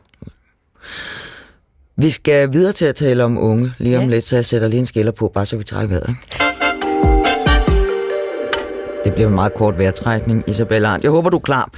Vi skal videre til at tale om unge lige om lidt, så jeg sætter lige en skiller på, bare så vi tager i vejret. Det blev en meget kort vejrtrækning, Isabella Arndt. Jeg håber, du er klar.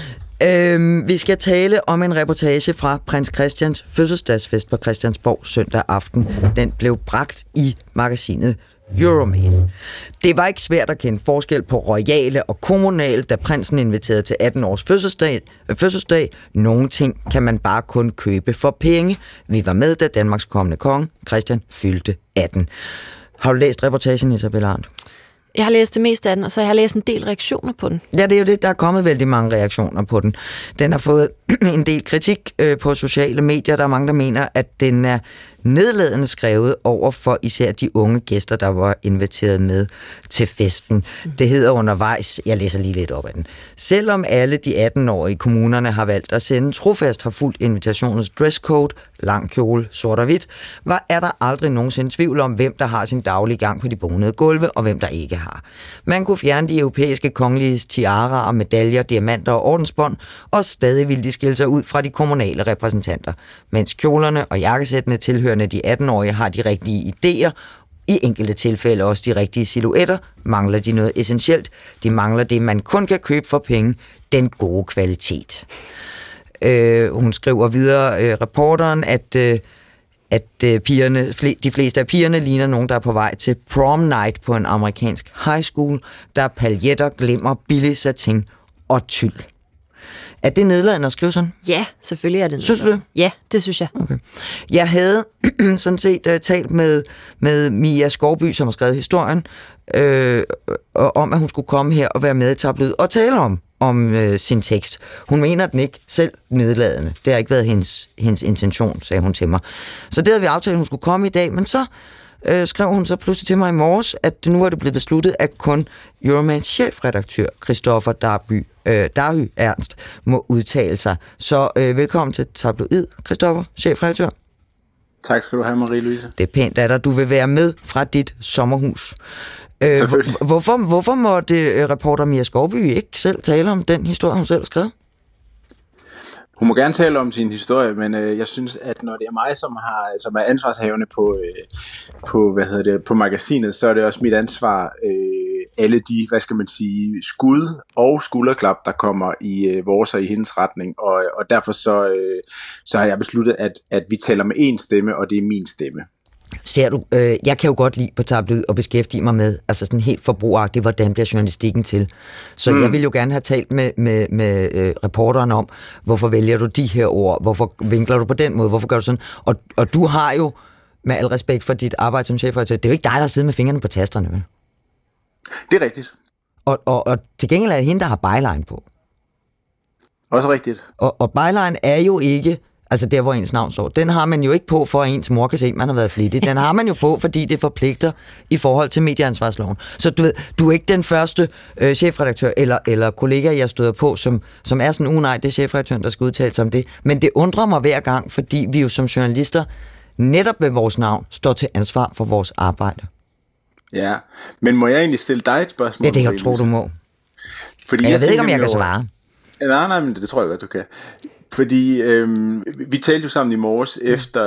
Vi skal tale om en reportage fra prins Christians fødselsdagsfest på Christiansborg søndag aften. Den blev bragt i magasinet Euroman. Det var ikke svært at kende forskel på royale og kommunale, da prinsen inviterede til 18 års fødselsdag. Nogle ting kan man bare kun købe for penge. Vi var med, da Danmarks kommende konge, Christian, fyldte 18. Har du læst reportagen, Isabella Arndt? Jeg har læst det meste af den, og så har jeg læst en del reaktioner på den. Ja, det er jo det. Der er kommet vældig mange reaktioner på den. Den har fået en del kritik på sociale medier. Der er mange, der mener, at den er nedladende skrevet over for især de unge gæster, der var inviteret med til festen. Det hedder undervejs, jeg læser lige lidt op af den. Selvom alle de 18-årige kommunerne har valgt at sende trofast har fulgt invitationens dresscode, lang kjole, sort og hvidt, er der aldrig nogensinde tvivl om, hvem der har sin daglige gang på de bonede gulve, og hvem der ikke har. Man kunne fjerne de europæiske kongelige tiarer, medaljer, diamanter og ordensbånd, og stadig ville de skille sig ud fra de kommunale repræsentanter, mens kjolerne og jakkesættene tilhørende de 18-årige har de rigtige idéer, i enkelte tilfælde også de rigtige silhuetter, mangler de noget essentielt. De mangler det, man kun kan købe for penge, den gode kvalitet. Hun skriver videre, reporteren, at de fleste af pigerne ligner nogen, der er på vej til prom night på en amerikansk high school, der er paljetter, glimmer, billig satin og tyld. Er det nedladende at skrive sådan? Ja, selvfølgelig er det nedladende. Synes du det? Ja, det synes jeg. Okay. Jeg havde sådan set talt med Mia Skovby, som har skrevet historien, om at hun skulle komme her og være med i tabloid og tale om sin tekst. Hun mener den ikke selv nedladende. Det har ikke været hendes intention, sagde hun til mig. Så det havde vi aftalt, at hun skulle komme i dag, men så skrev hun så pludselig til mig i morges, at nu er det blevet besluttet, at kun Euromans chefredaktør, Christoffer Darby Ernst, må udtale sig. Så velkommen til tabloid, Christoffer, chefredaktør. Tak skal du have, Marie-Louise. Det er pænt af dig. Du vil være med fra dit sommerhus. Hvorfor måtte reporter Mia Skovby ikke selv tale om den historie, hun selv har skrevet? Hun må gerne tale om sin historie, men jeg synes, at når det er mig, som er ansvarshavende på magasinet, så er det også mit ansvar, alle de, skud og skulderklap, der kommer i vores og i hendes retning, og derfor så har jeg besluttet, at vi taler med én stemme, og det er min stemme. Ser du, jeg kan jo godt lide på Tabloid at beskæftige mig med, altså sådan helt forbrugeragtigt, hvordan bliver journalistikken til. Så jeg vil jo gerne have talt med reporteren om, hvorfor vælger du de her ord, hvorfor vinkler du på den måde, hvorfor gør du sådan, og du har jo, med al respekt for dit arbejde som chefredaktør, det er jo ikke dig, der sidder med fingrene på tasterne, vel? Det er rigtigt. Og til gengæld er det hende, der har byline på. Også rigtigt. Og byline er jo ikke, altså der, hvor ens navn står, den har man jo ikke på, for at ens mor kan se, at man har været flittig. Den har man jo på, fordi det forpligter i forhold til medieansvarsloven. Så du ved, du er ikke den første chefredaktør eller kollega, jeg støder på, som er sådan, nej, det er chefredaktøren, der skal udtale sig om det. Men det undrer mig hver gang, fordi vi jo som journalister, netop med vores navn, står til ansvar for vores arbejde. Ja, men må jeg egentlig stille dig et spørgsmål? Ja, det jeg tror du må. Fordi jeg ved ikke, om jeg kan svare. Nej, men det tror jeg godt, du kan. Fordi vi talte jo sammen i morges, efter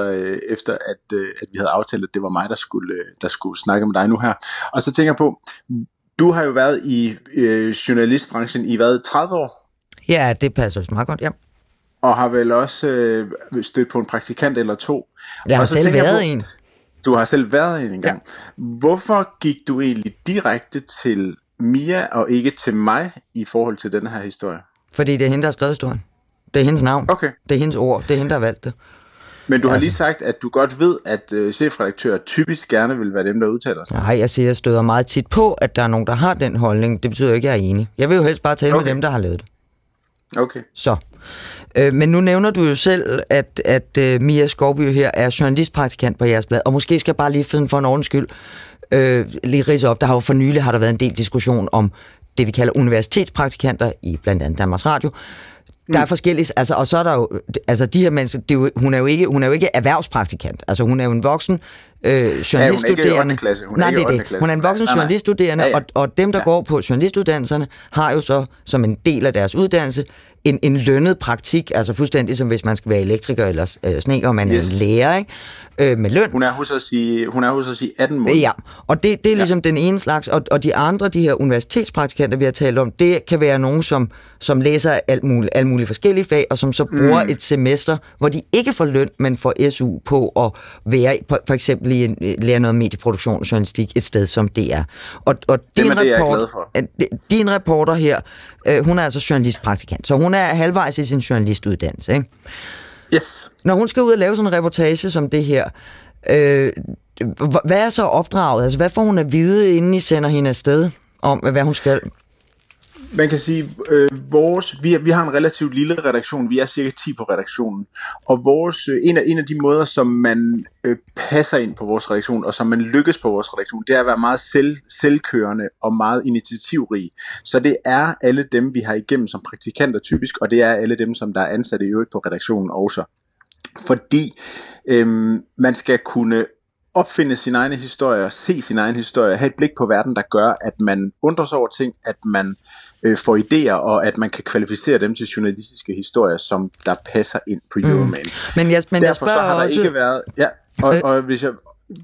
at vi havde aftalt, at det var mig, der skulle snakke med dig nu her. Og så tænker jeg på, du har jo været i journalistbranchen i 30 år? Ja, det passer også meget godt, ja. Og har vel også stødt på en praktikant eller to. Jeg har selv været en. Du har selv været en gang. Ja. Hvorfor gik du egentlig direkte til Mia og ikke til mig i forhold til den her historie? Fordi det er hende, der har skrevet historien. Det er hendes navn. Okay. Det er hendes ord. Det er hende, der har valgt det. Men du har lige sagt, at du godt ved, at chefredaktører typisk gerne vil være dem, der udtaler sig. Nej, jeg støder meget tit på, at der er nogen, der har den holdning. Det betyder ikke, at jeg er enig. Jeg vil jo helst bare tale med dem, der har lavet det. Okay. Så. Men nu nævner du jo selv, at Mia Skovby her er journalistpraktikant på jeres blad, og måske skal jeg bare lige for en ordens skyld lige ridse op. Der har jo for nylig været en del diskussion om det, vi kalder universitetspraktikanter i blandt andet Danmarks Radio. Der er forskellige, altså, og så er der jo, altså de her mennesker, hun er jo ikke erhvervspraktikant, altså hun er jo en voksen journaliststuderende. Hun er en voksen journaliststuderende, og dem, der går på journalistuddannelserne, har jo så som en del af deres uddannelse en lønnet praktik, altså fuldstændig som hvis man skal være elektriker eller snedker, og man er en lærer, ikke? Med løn. Hun er hos at sige 18 måneder. Ja, og det er ligesom den ene slags, og de andre, de her universitetspraktikanter, vi har talt om, det kan være nogen, som læser alt muligt forskellige fag, og som så bruger et semester, hvor de ikke får løn, men får SU på at være, for eksempel lære noget medieproduktion og journalistik et sted som DR. Og din reporter her, hun er altså journalistpraktikant, så hun er halvvejs i sin journalistuddannelse, ikke? Yes. Når hun skal ud og lave sådan en reportage som det her, hvad er så opdraget? Altså, hvad får hun at vide, inden I sender hende afsted om, hvad hun skal? Man kan sige, vi har en relativt lille redaktion. Vi er cirka 10 på redaktionen. Og en af de måder, som man passer ind på vores redaktion, og som man lykkes på vores redaktion, det er at være meget selvkørende og meget initiativrig. Så det er alle dem, vi har igennem som praktikanter typisk, og det er alle dem, som der er ansat i øvrigt på redaktionen også. Fordi man skal kunne opfinde sin egen historie, se sin egen historie, have et blik på verden, der gør, at man undrer sig over ting, at man får idéer, og at man kan kvalificere dem til journalistiske historier, som der passer ind på Euroman. Men jeg spørger så har der også... ikke været... Ja, og hvis jeg...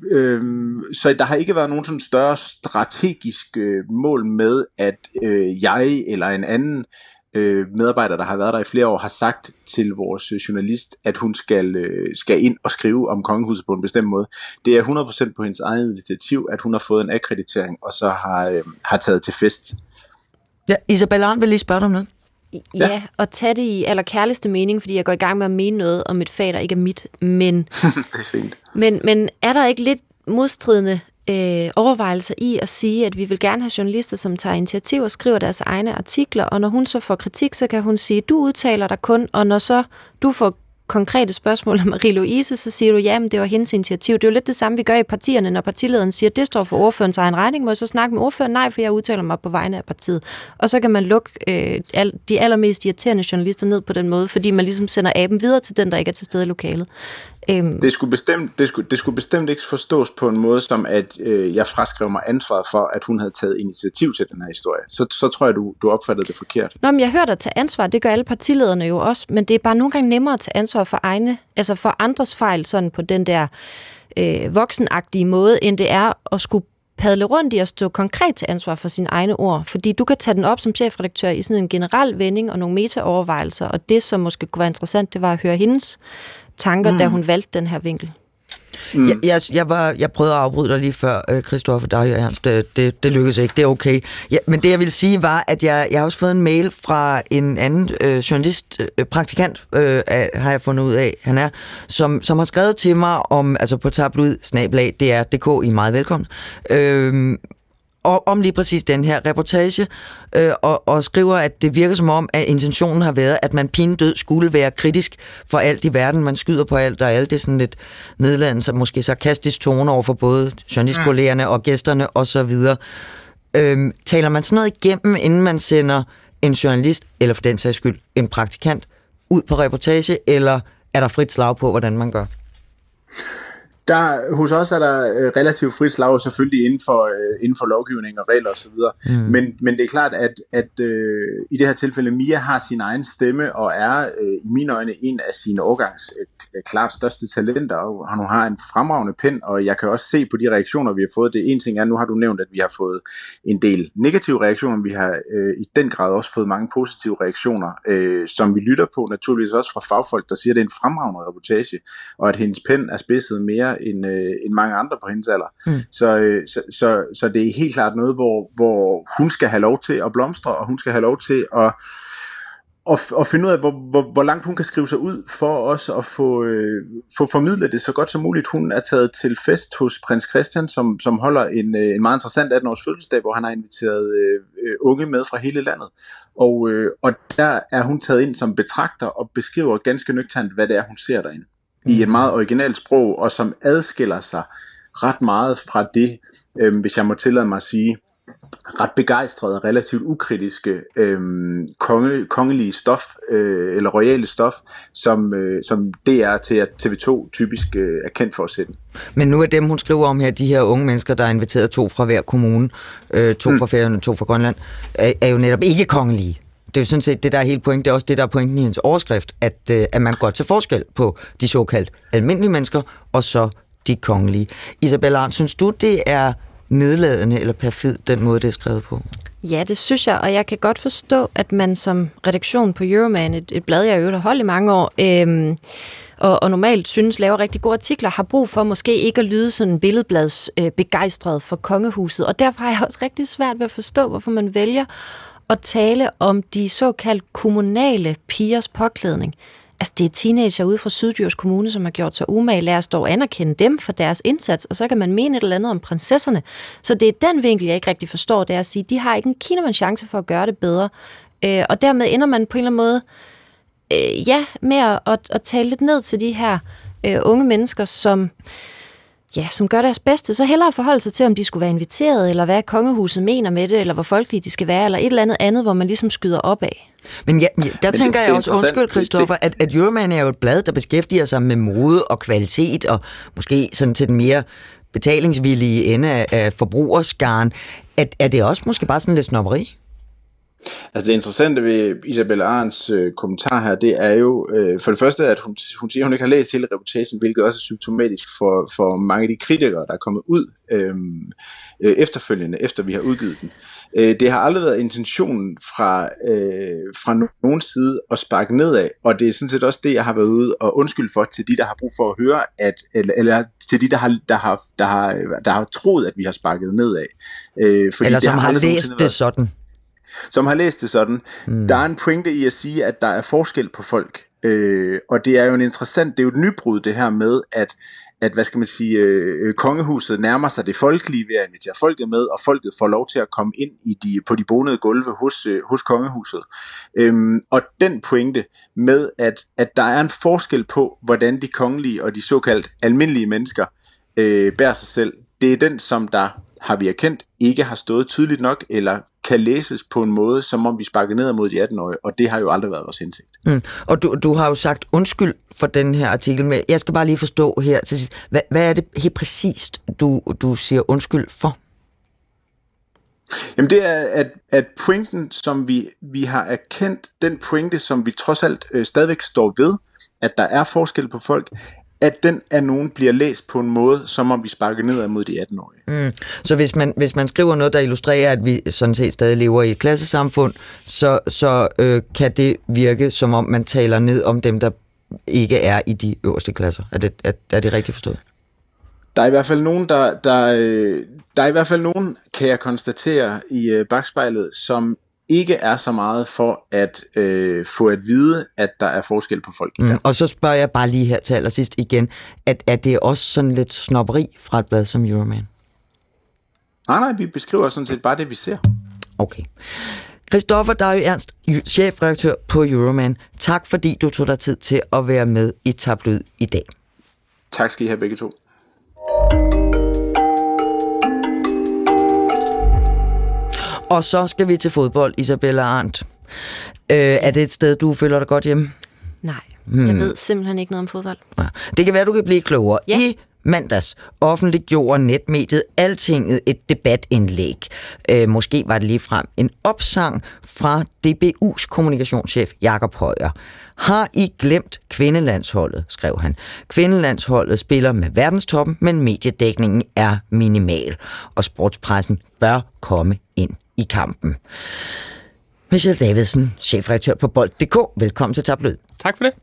Så der har ikke været nogen sådan større strategisk mål med, at jeg eller en anden medarbejder, der har været der i flere år, har sagt til vores journalist, at hun skal ind og skrive om kongehuset på en bestemt måde. Det er 100% på hendes eget initiativ, at hun har fået en akkreditering, og så har taget til fest. Ja, Isabella Arndt vil lige spørge dig om noget. Ja, og tage det i allerkærligste mening, fordi jeg går i gang med at mene noget om et fag, der ikke er mit. Men, det er fint. Men er der ikke lidt modstridende overvejelser i at sige, at vi vil gerne have journalister, som tager initiativ og skriver deres egne artikler, og når hun så får kritik, så kan hun sige, du udtaler dig kun, og når så du får konkrete spørgsmål om Marie-Louise, så siger du, jamen det var hendes initiativ. Det er jo lidt det samme, vi gør i partierne, når partilederen siger, det står for ordførens egen regning, må jeg så snakke med ordføreren? Nej, for jeg udtaler mig på vegne af partiet. Og så kan man lukke de allermest irriterende journalister ned på den måde, fordi man ligesom sender aben videre til den, der ikke er til stede i lokalet. Det skulle bestemt ikke forstås på en måde, som at jeg fraskrev mig ansvaret for, at hun havde taget initiativ til den her historie. Så tror jeg, du opfattede det forkert. Nå, men jeg hørte at tage ansvar, det gør alle partilederne jo også, men det er bare nogle gange nemmere at tage ansvar for andres fejl, sådan på den der voksenagtige måde, end det er at skulle padle rundt i at stå konkret til ansvar for sine egne ord. Fordi du kan tage den op som chefredaktør i sådan en generel vending og nogle metaovervejelser, og det, som måske kunne være interessant, det var at høre hendes tanker, da hun valgte den her vinkel. Jeg prøvede at afbryde dig lige før, Christoffer, det lykkedes ikke, det er okay. Ja, men det jeg ville sige var, at jeg har også fået en mail fra en anden journalist, har jeg fundet ud af, han er, som har skrevet til mig om, altså på tabloid@dr.dk, I er meget velkommen, og om lige præcis den her reportage, og skriver, at det virker som om, at intentionen har været, at man pinedød skulle være kritisk for alt i verden. Man skyder på alt, og alt det er sådan lidt nedladende, så måske sarkastisk tone over for både journalistkollegerne og gæsterne osv. Taler man sådan noget igennem, inden man sender en journalist, eller for den sags skyld en praktikant, ud på reportage, eller er der frit slag på, hvordan man gør? Hos os er der relativt frit slag, selvfølgelig inden for lovgivning og regler osv. Men det er klart, at i det her tilfælde, Mia har sin egen stemme, og er i mine øjne en af sine årgangs klart største talenter, og hun har en fremragende pen, og jeg kan også se på de reaktioner, vi har fået. Det ene ting er, nu har du nævnt, at vi har fået en del negative reaktioner, vi har i den grad også fået mange positive reaktioner, som vi lytter på, naturligvis også fra fagfolk, der siger, at det er en fremragende reportage, og at hendes pen er spidset mere end mange andre på hendes alder. Så det er helt klart noget, hvor hun skal have lov til at blomstre, og hun skal have lov til at finde ud af, hvor langt hun kan skrive sig ud for også at få formidlet det så godt som muligt. Hun er taget til fest hos prins Christian, som holder en meget interessant 18-års fødselsdag, hvor han har inviteret unge med fra hele landet. Og der er hun taget ind som betragter og beskriver ganske nøgternt, hvad det er, hun ser derinde. I et meget originalt sprog, og som adskiller sig ret meget fra det, hvis jeg må tillade mig at sige, ret begejstrede og relativt ukritiske kongelige stof, eller royale stof, som DR til at TV2 typisk er kendt for at sætte. Men nu er dem, hun skriver om her, de her unge mennesker, der er inviteret 2 fra hver kommune, 2 fra Færøerne og 2 fra Grønland, er jo netop ikke kongelige. Det er jo sådan set det, der er hele pointen. Det er også det, der er pointen i hendes overskrift, at man går til forskel på de såkaldt almindelige mennesker, og så de kongelige. Isabella Arndt, synes du, det er nedladende eller perfid, den måde, det er skrevet på? Ja, det synes jeg, og jeg kan godt forstå, at man som redaktion på Euroman, et blad, jeg har holdt i mange år, og normalt synes laver rigtig gode artikler, har brug for måske ikke at lyde sådan billedblads begejstret for kongehuset, og derfor har jeg også rigtig svært ved at forstå, hvorfor man vælger at tale om de såkaldt kommunale pigers påklædning. Altså, det er teenager ude fra Syddjurs Kommune, som har gjort sig umage. Lad os dog anerkende dem for deres indsats, og så kan man mene et eller andet om prinsesserne. Så det er den vinkel, jeg ikke rigtig forstår, det er at sige, de har ikke en kinamands chance for at gøre det bedre. Og dermed ender man på en eller anden måde med at tale lidt ned til de her unge mennesker, som gør deres bedste, så hellere forholde sig til, om de skulle være inviteret, eller hvad kongehuset mener med det, eller hvor folkelige de skal være, eller et eller andet, hvor man ligesom skyder op af. Men der tænker jeg også, undskyld Christoffer, at Euroman er jo et blad, der beskæftiger sig med mode og kvalitet, og måske sådan til den mere betalingsvillige ende af forbrugerskaren. Er det også måske bare sådan lidt snobberi? Altså det interessante ved Isabella Arndts kommentar her, det er jo for det første, at hun siger, at hun ikke har læst hele reportagen, hvilket også er symptomatisk for mange af de kritikere, der er kommet ud efterfølgende, efter vi har udgivet den. Det har aldrig været intentionen fra nogen side at sparke nedad, og det er sådan set også det, jeg har været ude og undskylde for til de, der har brug for at høre, eller til de, der har troet, at vi har sparket nedad. Eller som har læst det sådan. Som har læst det sådan. Der er en pointe i at sige, at der er forskel på folk. Og det er jo det er jo et nybrud det her med, at hvad skal man sige, kongehuset nærmer sig det folkelige ved at invitere folket med, og folket får lov til at komme ind på de bonede gulve hos kongehuset. Og den pointe med, at der er en forskel på, hvordan de kongelige og de såkaldt almindelige mennesker bærer sig selv, det er den, som der har vi erkendt, ikke har stået tydeligt nok, eller kan læses på en måde, som om vi sparker ned mod de 18-årige, og det har jo aldrig været vores hensigt. Og du har jo sagt undskyld for den her artikel, men jeg skal bare lige forstå her til sidst, hvad er det helt præcist, du siger undskyld for? Jamen det er, at pointen, som vi har erkendt, den pointe, som vi trods alt stadigvæk står ved, at der er forskel på folk, at den af nogen bliver læst på en måde, som om vi sparker nedad mod de 18-årige. Så hvis man skriver noget, der illustrerer, at vi sådan set stadig lever i et klassesamfund, så kan det virke, som om man taler ned om dem, der ikke er i de øverste klasser. Er det rigtigt forstået? Der er i hvert fald nogen, der er i hvert fald nogen, kan jeg konstatere i bagspejlet, som ikke er så meget for at få at vide, at der er forskel på folk. Og så spørger jeg bare lige her til allersidst igen, at er det også sådan lidt snobberi fra et blad som Euroman? Nej, vi beskriver sådan set bare det, vi ser. Okay. Christoffer Darøe Ernst, chefredaktør på Euroman. Tak fordi du tog dig tid til at være med i Tabloid i dag. Tak skal I have begge to. Og så skal vi til fodbold, Isabella Arndt. Er det et sted, du føler dig godt hjemme? Nej, jeg ved simpelthen ikke noget om fodbold. Ja. Det kan være, du kan blive klogere. Ja. I mandags offentliggjorde netmediet Altinget et debatindlæg. Måske var det ligefrem en opsang fra DBU's kommunikationschef Jakob Højer. Har I glemt kvindelandsholdet, skrev han. Kvindelandsholdet spiller med verdenstoppen, men mediedækningen er minimal, og sportspressen bør komme ind i kampen. Michelle Davidsen, chefredaktør på Bold.dk. Velkommen til Tabloid. Tak for det.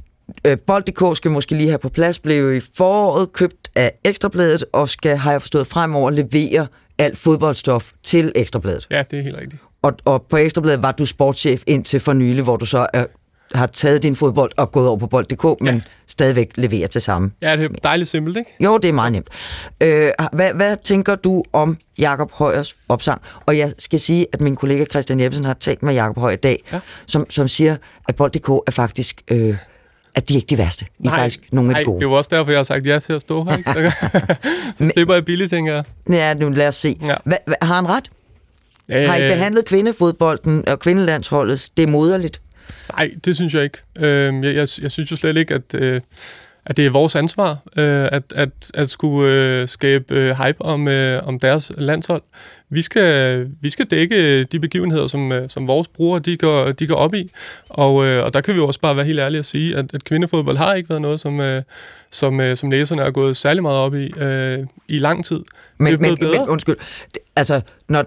Bold.dk skal måske lige have på plads, blev i foråret købt af Ekstrabladet, og skal, har jeg forstået, fremover levere alt fodboldstof til Ekstrabladet. Ja, det er helt rigtigt. Og på Ekstrabladet var du sportschef indtil for nylig, hvor du så har taget din fodbold og gået over på Bold.dk, men stadigvæk leverer til samme. Ja, det er dejligt simpelt, ikke? Jo, det er meget nemt. Hvad tænker du om Jakob Højers opsang? Og jeg skal sige, at min kollega Christian Jeppesen har talt med Jakob Højer i dag, som siger, at Bold.dk er faktisk... at de er ikke de værste. I er faktisk nogle af de gode. Det er jo også derfor, jeg har sagt ja til at stå her, ikke? Så slipper jeg billigt, tænker jeg. Ja, nu lad os se. Ja. Har han ret? Har I behandlet kvindefodbolden og kvindelandsholdet demoderligt? Nej, det synes jeg ikke. Jeg synes jo slet ikke, at det er vores ansvar at skulle skabe hype om deres landshold. Vi skal dække de begivenheder, som vores brugere de går op i, og der kan vi jo også bare være helt ærlige at sige, at kvindefodbold har ikke været noget, som læserne er gået særlig meget op i lang tid. Men undskyld, altså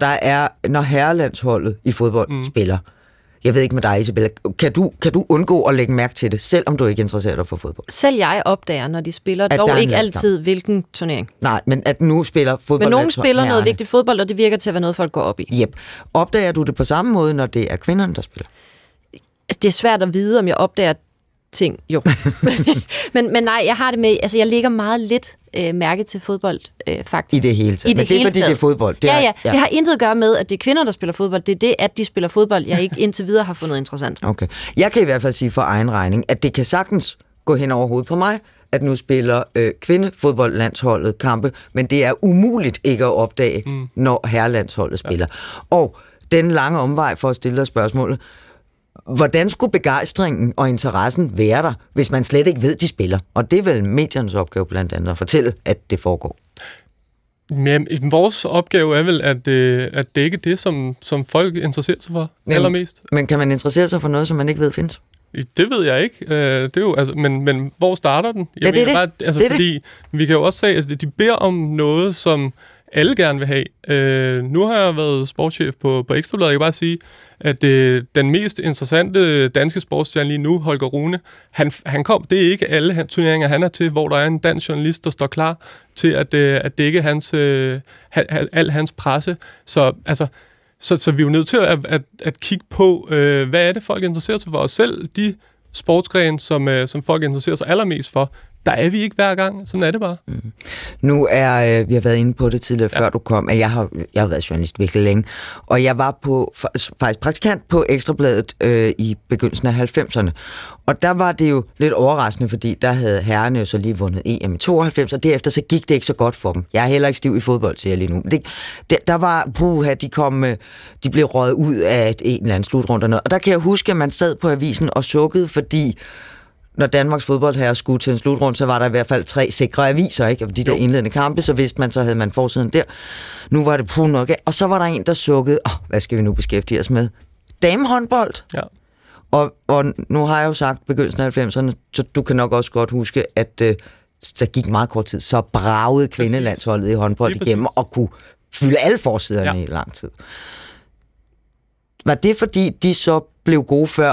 når herrelandsholdet i fodbold spiller, jeg ved ikke med dig, Isabella. Kan du undgå at lægge mærke til det, selvom du ikke interesserer dig for fodbold? Selv jeg opdager, når de spiller, dog ikke altid hvilken turnering. Nej, men at nu spiller fodbold. Men nogen spiller noget vigtigt fodbold, og det virker til at være noget, folk går op i. Yep. Opdager du det på samme måde, når det er kvinderne, der spiller? Det er svært at vide, om jeg opdager ting, jo. men nej, jeg har det med, altså jeg lægger meget lidt mærke til fodbold, faktisk. I det hele taget. Men det er fordi, det er fodbold. Det har intet at gøre med, at det er kvinder, der spiller fodbold. Det er det, at de spiller fodbold, jeg ikke indtil videre har fundet interessant. Okay. Jeg kan i hvert fald sige for egen regning, at det kan sagtens gå hen over hovedet på mig, at nu spiller kvindefodboldlandsholdet kampe, men det er umuligt ikke at opdage, når herrelandsholdet spiller. Og den lange omvej for at stille dig spørgsmålet, hvordan skulle begejstringen og interessen være der, hvis man slet ikke ved, de spiller? Og det er vel mediernes opgave blandt andet at fortælle, at det foregår. Men vores opgave er vel at dække det, som folk interesserer sig for allermest. Men kan man interessere sig for noget, som man ikke ved findes? Det ved jeg ikke. Det er jo, altså, men hvor starter den? Fordi vi kan jo også sige, at de beder om noget, som alle gerne vil have. Nu har jeg været sportschef på Ekstrabladet. Jeg kan bare sige, at den mest interessante danske sportsstjerne lige nu, Holger Rune, han kom. Det er ikke alle turneringer, han er til, hvor der er en dansk journalist, der står klar til at dække al hans presse. Så vi er jo nødt til at kigge på, hvad er det, folk interesserer sig for. Og selv de sportsgrene, som folk interesserer sig allermest for, der er vi ikke hver gang. Sådan er det bare. Nu er vi har været inde på det tidligere, før du kom, at jeg har været journalist virkelig længe, og jeg var faktisk praktikant på Ekstrabladet i begyndelsen af 90'erne. Og der var det jo lidt overraskende, fordi der havde herrerne jo så lige vundet EM i 92, og derefter så gik det ikke så godt for dem. Jeg er heller ikke stiv i fodbold, siger jeg lige nu. Der var, de blev røget ud af en eller anden slutrunde og noget. Og der kan jeg huske, at man sad på avisen og sukkede, fordi når Danmarks fodboldherre skulle til en slutrunde, så var der i hvert fald 3 sikre aviser, ikke? Og de der indledende kampe, så vidste man, så havde man forsiden der. Nu var det nok af. Og så var der en, der sukkede, hvad skal vi nu beskæftige os med? Damehåndbold. Ja. Og nu har jeg jo sagt begyndelsen af 90'erne, så du kan nok også godt huske, at der gik meget kort tid, så bragede kvindelandsholdet i håndbold igennem og kunne fylde alle forsiderne i lang tid. Var det fordi, de så blev gode før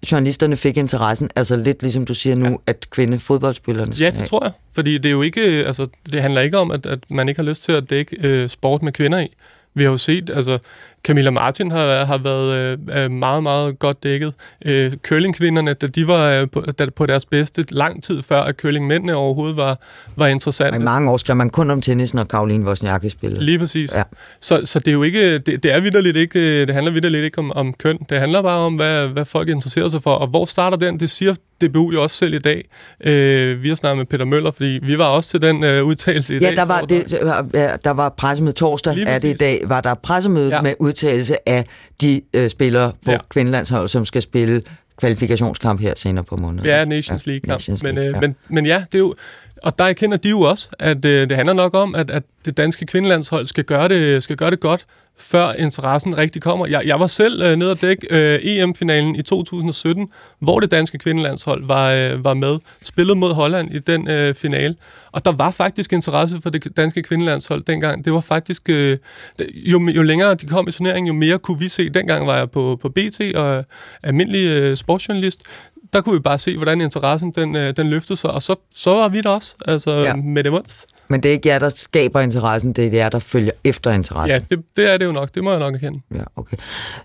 journalisterne fik interessen? Altså lidt ligesom du siger nu, at kvindefodboldspillerne skal Ja, det tror jeg. Fordi det er jo ikke, det handler ikke om, at man ikke har lyst til at dække sport med kvinder i. Vi har jo set, Camilla Martin har været meget, meget godt dækket. Curlingkvinderne, da de var på deres bedste lang tid før, at curlingmændene overhovedet var interessante. I mange år skrev man kun om tennis, når Caroline Wozniacki spillede. Lige præcis. Ja. Så det er jo ikke, det er vitterligt ikke, det handler vitterligt ikke om køn. Det handler bare om, hvad folk interesserer sig for. Og hvor starter den? Det siger DBU jo også selv i dag. Vi har snakket med Peter Møller, fordi vi var også til den udtalelse i dag. Der var pressemøde torsdag, er det i dag. Var der pressemøde med udtalelse af de spillere på kvindelandshold, som skal spille kvalifikationskamp her senere på måneden? Ja, Nations League-kamp. Men ja, det er jo... Og der erkender de jo også, at det handler nok om, at det danske kvindelandshold skal gøre det godt, før interessen rigtig kommer. Jeg var selv nede og dække EM-finalen i 2017, hvor det danske kvindelandshold var med, spillede mod Holland i den finale. Og der var faktisk interesse for det danske kvindelandshold dengang. Det var faktisk, jo længere de kom i turneringen, jo mere kunne vi se. Dengang var jeg på BT og almindelig sportsjournalist. Der kunne vi bare se, hvordan interessen den løftede sig, og så var vi der også, med det vunds. Men det er ikke jer, der skaber interessen, det er jer, der følger efter interessen. Ja, det er det jo nok. Det må jeg nok erkende. Ja, okay.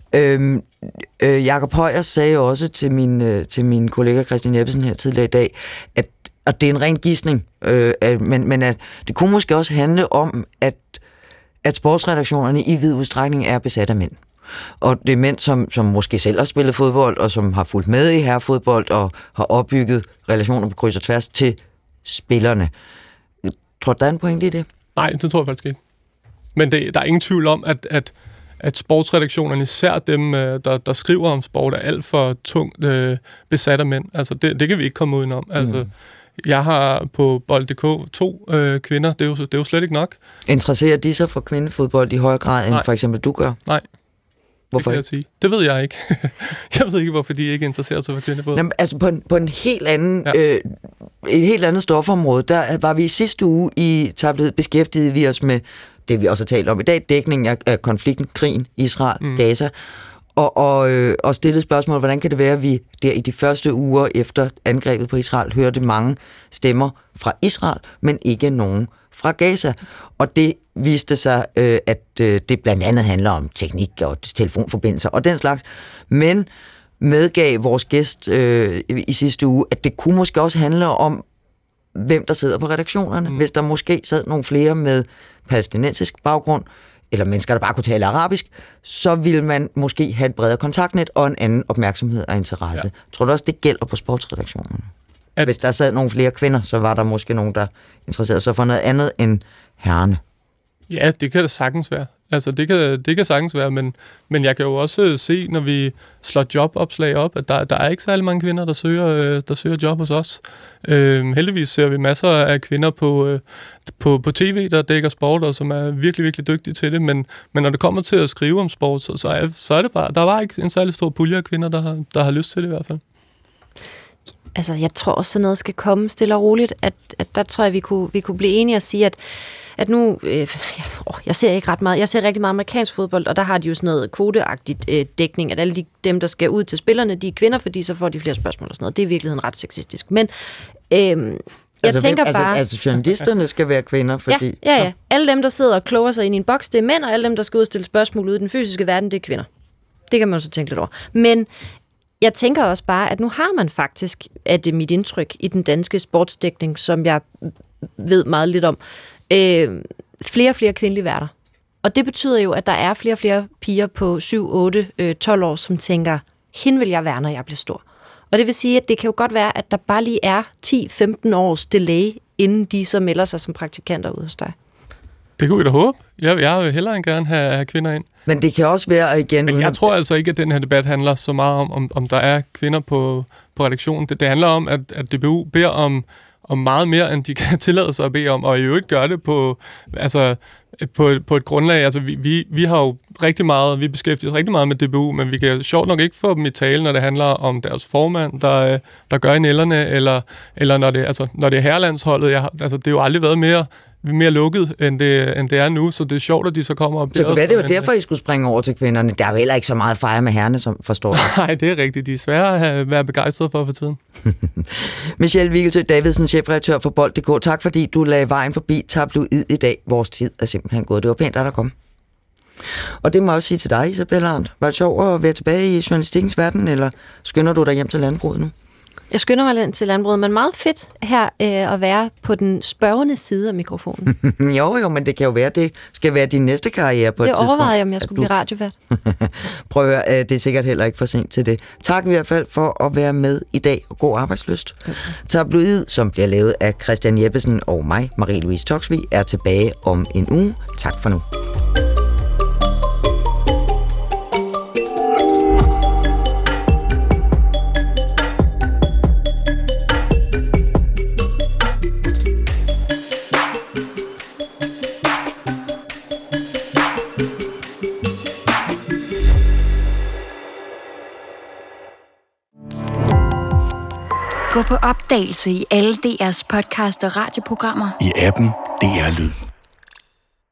Jakob Højer sagde jo også til min kollega Christian Jeppesen her tidligere i dag, at det er en ren gidsning, men at det kunne måske også handle om, at sportsredaktionerne i vid udstrækning er besat af mænd. Og det er mænd, som måske selv har spillet fodbold, og som har fulgt med i herrefodbold, og har opbygget relationer på kryds og tværs til spillerne. Tror du, der er en pointe i det? Nej, det tror jeg faktisk ikke. Men der er ingen tvivl om, at sportsredaktionerne, især dem, der skriver om sport, er alt for tungt besat af mænd. Altså, det kan vi ikke komme udenom. Altså, jeg har på Bold.dk 2 kvinder. Det er jo slet ikke nok. Interesserer de sig for kvindefodbold i højere grad, end for eksempel du gør? Nej. Hvorfor? Det kan jeg sige. Det ved jeg ikke. Jeg ved ikke, hvorfor de ikke interesserer sig for kvindefodbold. Jamen, altså på en helt anden, et helt andet stofområde, der var vi i sidste uge beskæftigede vi os med det, vi også har talt om i dag, dækning af konflikten, krigen, Israel, Gaza, og stillede spørgsmål, hvordan kan det være, at vi der i de første uger efter angrebet på Israel hørte mange stemmer fra Israel, men ikke nogen fra Gaza. Og det viste sig, at det blandt andet handler om teknik og telefonforbindelser og den slags, men medgav vores gæst i sidste uge, at det kunne måske også handle om, hvem der sidder på redaktionerne. Hvis der måske sad nogle flere med palæstinensisk baggrund, eller mennesker, der bare kunne tale arabisk, så ville man måske have et bredere kontaktnet og en anden opmærksomhed og interesse. Ja. Tror du også, det gælder på sportsredaktionerne? Hvis der sad nogle flere kvinder, så var der måske nogen, der interesserede sig for noget andet end herrerne. Ja, det kan det sagtens være. Altså, det kan sagtens være, men jeg kan jo også se, når vi slår jobopslag op, at der er ikke særlig mange kvinder, der søger job hos os. Heldigvis ser vi masser af kvinder på tv, der dækker sport, og som er virkelig, virkelig dygtige til det, men når det kommer til at skrive om sport, så er det bare, der var ikke en særlig stor pulje af kvinder, der har lyst til det i hvert fald. Altså, jeg tror også, sådan noget skal komme stille og roligt, at der tror jeg, vi kunne blive enige og sige, at nu, jeg ser ikke ret meget, jeg ser rigtig meget amerikansk fodbold, og der har de jo sådan noget kvoteagtigt dækning, at alle dem, der skal ud til spillerne, de er kvinder, fordi så får de flere spørgsmål og sådan noget. Det er i virkeligheden ret sexistisk. Men jeg tænker bare... Altså journalisterne skal være kvinder, fordi... Ja. Alle dem, der sidder og kloger sig ind i en boks, det er mænd, og alle dem, der skal udstille spørgsmål ude i den fysiske verden, det er kvinder. Det kan man så tænke lidt over. Men jeg tænker også bare, at nu har man faktisk, at det er mit indtryk i den danske sportsdækning, som jeg ved meget lidt om, flere og flere kvindelige værter. Og det betyder jo, at der er flere og flere piger på 7, 8, 12 år, som tænker, hende vil jeg være, når jeg bliver stor. Og det vil sige, at det kan jo godt være, at der bare lige er 10-15 års delay, inden de så melder sig som praktikanter ud hos dig. Det kunne vi da håbe. Jeg vil hellere end gerne have kvinder ind. Men det kan også være igen... Men jeg tror altså ikke, at den her debat handler så meget om der er kvinder på redaktionen. Det handler om, at DBU beder om meget mere, end de kan tillade sig at bede om, og i øvrigt gør det på et grundlag. Altså, vi har jo rigtig meget, vi beskæftiger os rigtig meget med DBU, men vi kan sjovt nok ikke få dem i tale, når det handler om deres formand, der gør i nælderne, eller når det er herrelandsholdet. Det har jo aldrig været mere vi er mere lukket, end det er nu, så det er sjovt, at de så kommer og beder os. Så det var derfor, I skulle springe over til kvinderne. Der er jo heller ikke så meget fejre med herrene, som forstår jeg. Nej, det er rigtigt. De er svære at være begejstrede for tiden. Michelle Vigelsø Davidsen, chefredaktør for Bold.dk. Tak fordi du lagde vejen forbi tabloid i dag. Vores tid er simpelthen gået. Det var pænt, at der kom. Og det må jeg også sige til dig, Isabella Arndt. Var det sjovt at være tilbage i journalistikkens verden, eller skynder du dig hjem til landbruget nu? Jeg skynder mig lidt til landbruget, men meget fedt her at være på den spørgende side af mikrofonen. jo, men det kan jo være, det skal være din næste karriere på et tidspunkt. Det overvejede jeg, om jeg skulle blive radiovært. Prøv at høre, det er sikkert heller ikke for sent til det. Tak i hvert fald for at være med i dag, og god arbejdslyst. Okay. Tabloid, som bliver lavet af Christian Jeppesen og mig, Marie-Louise Toksvig, er tilbage om en uge. Tak for nu. Gå på opdagelse i alle DR's podcast og radioprogrammer. I appen DR Lyd.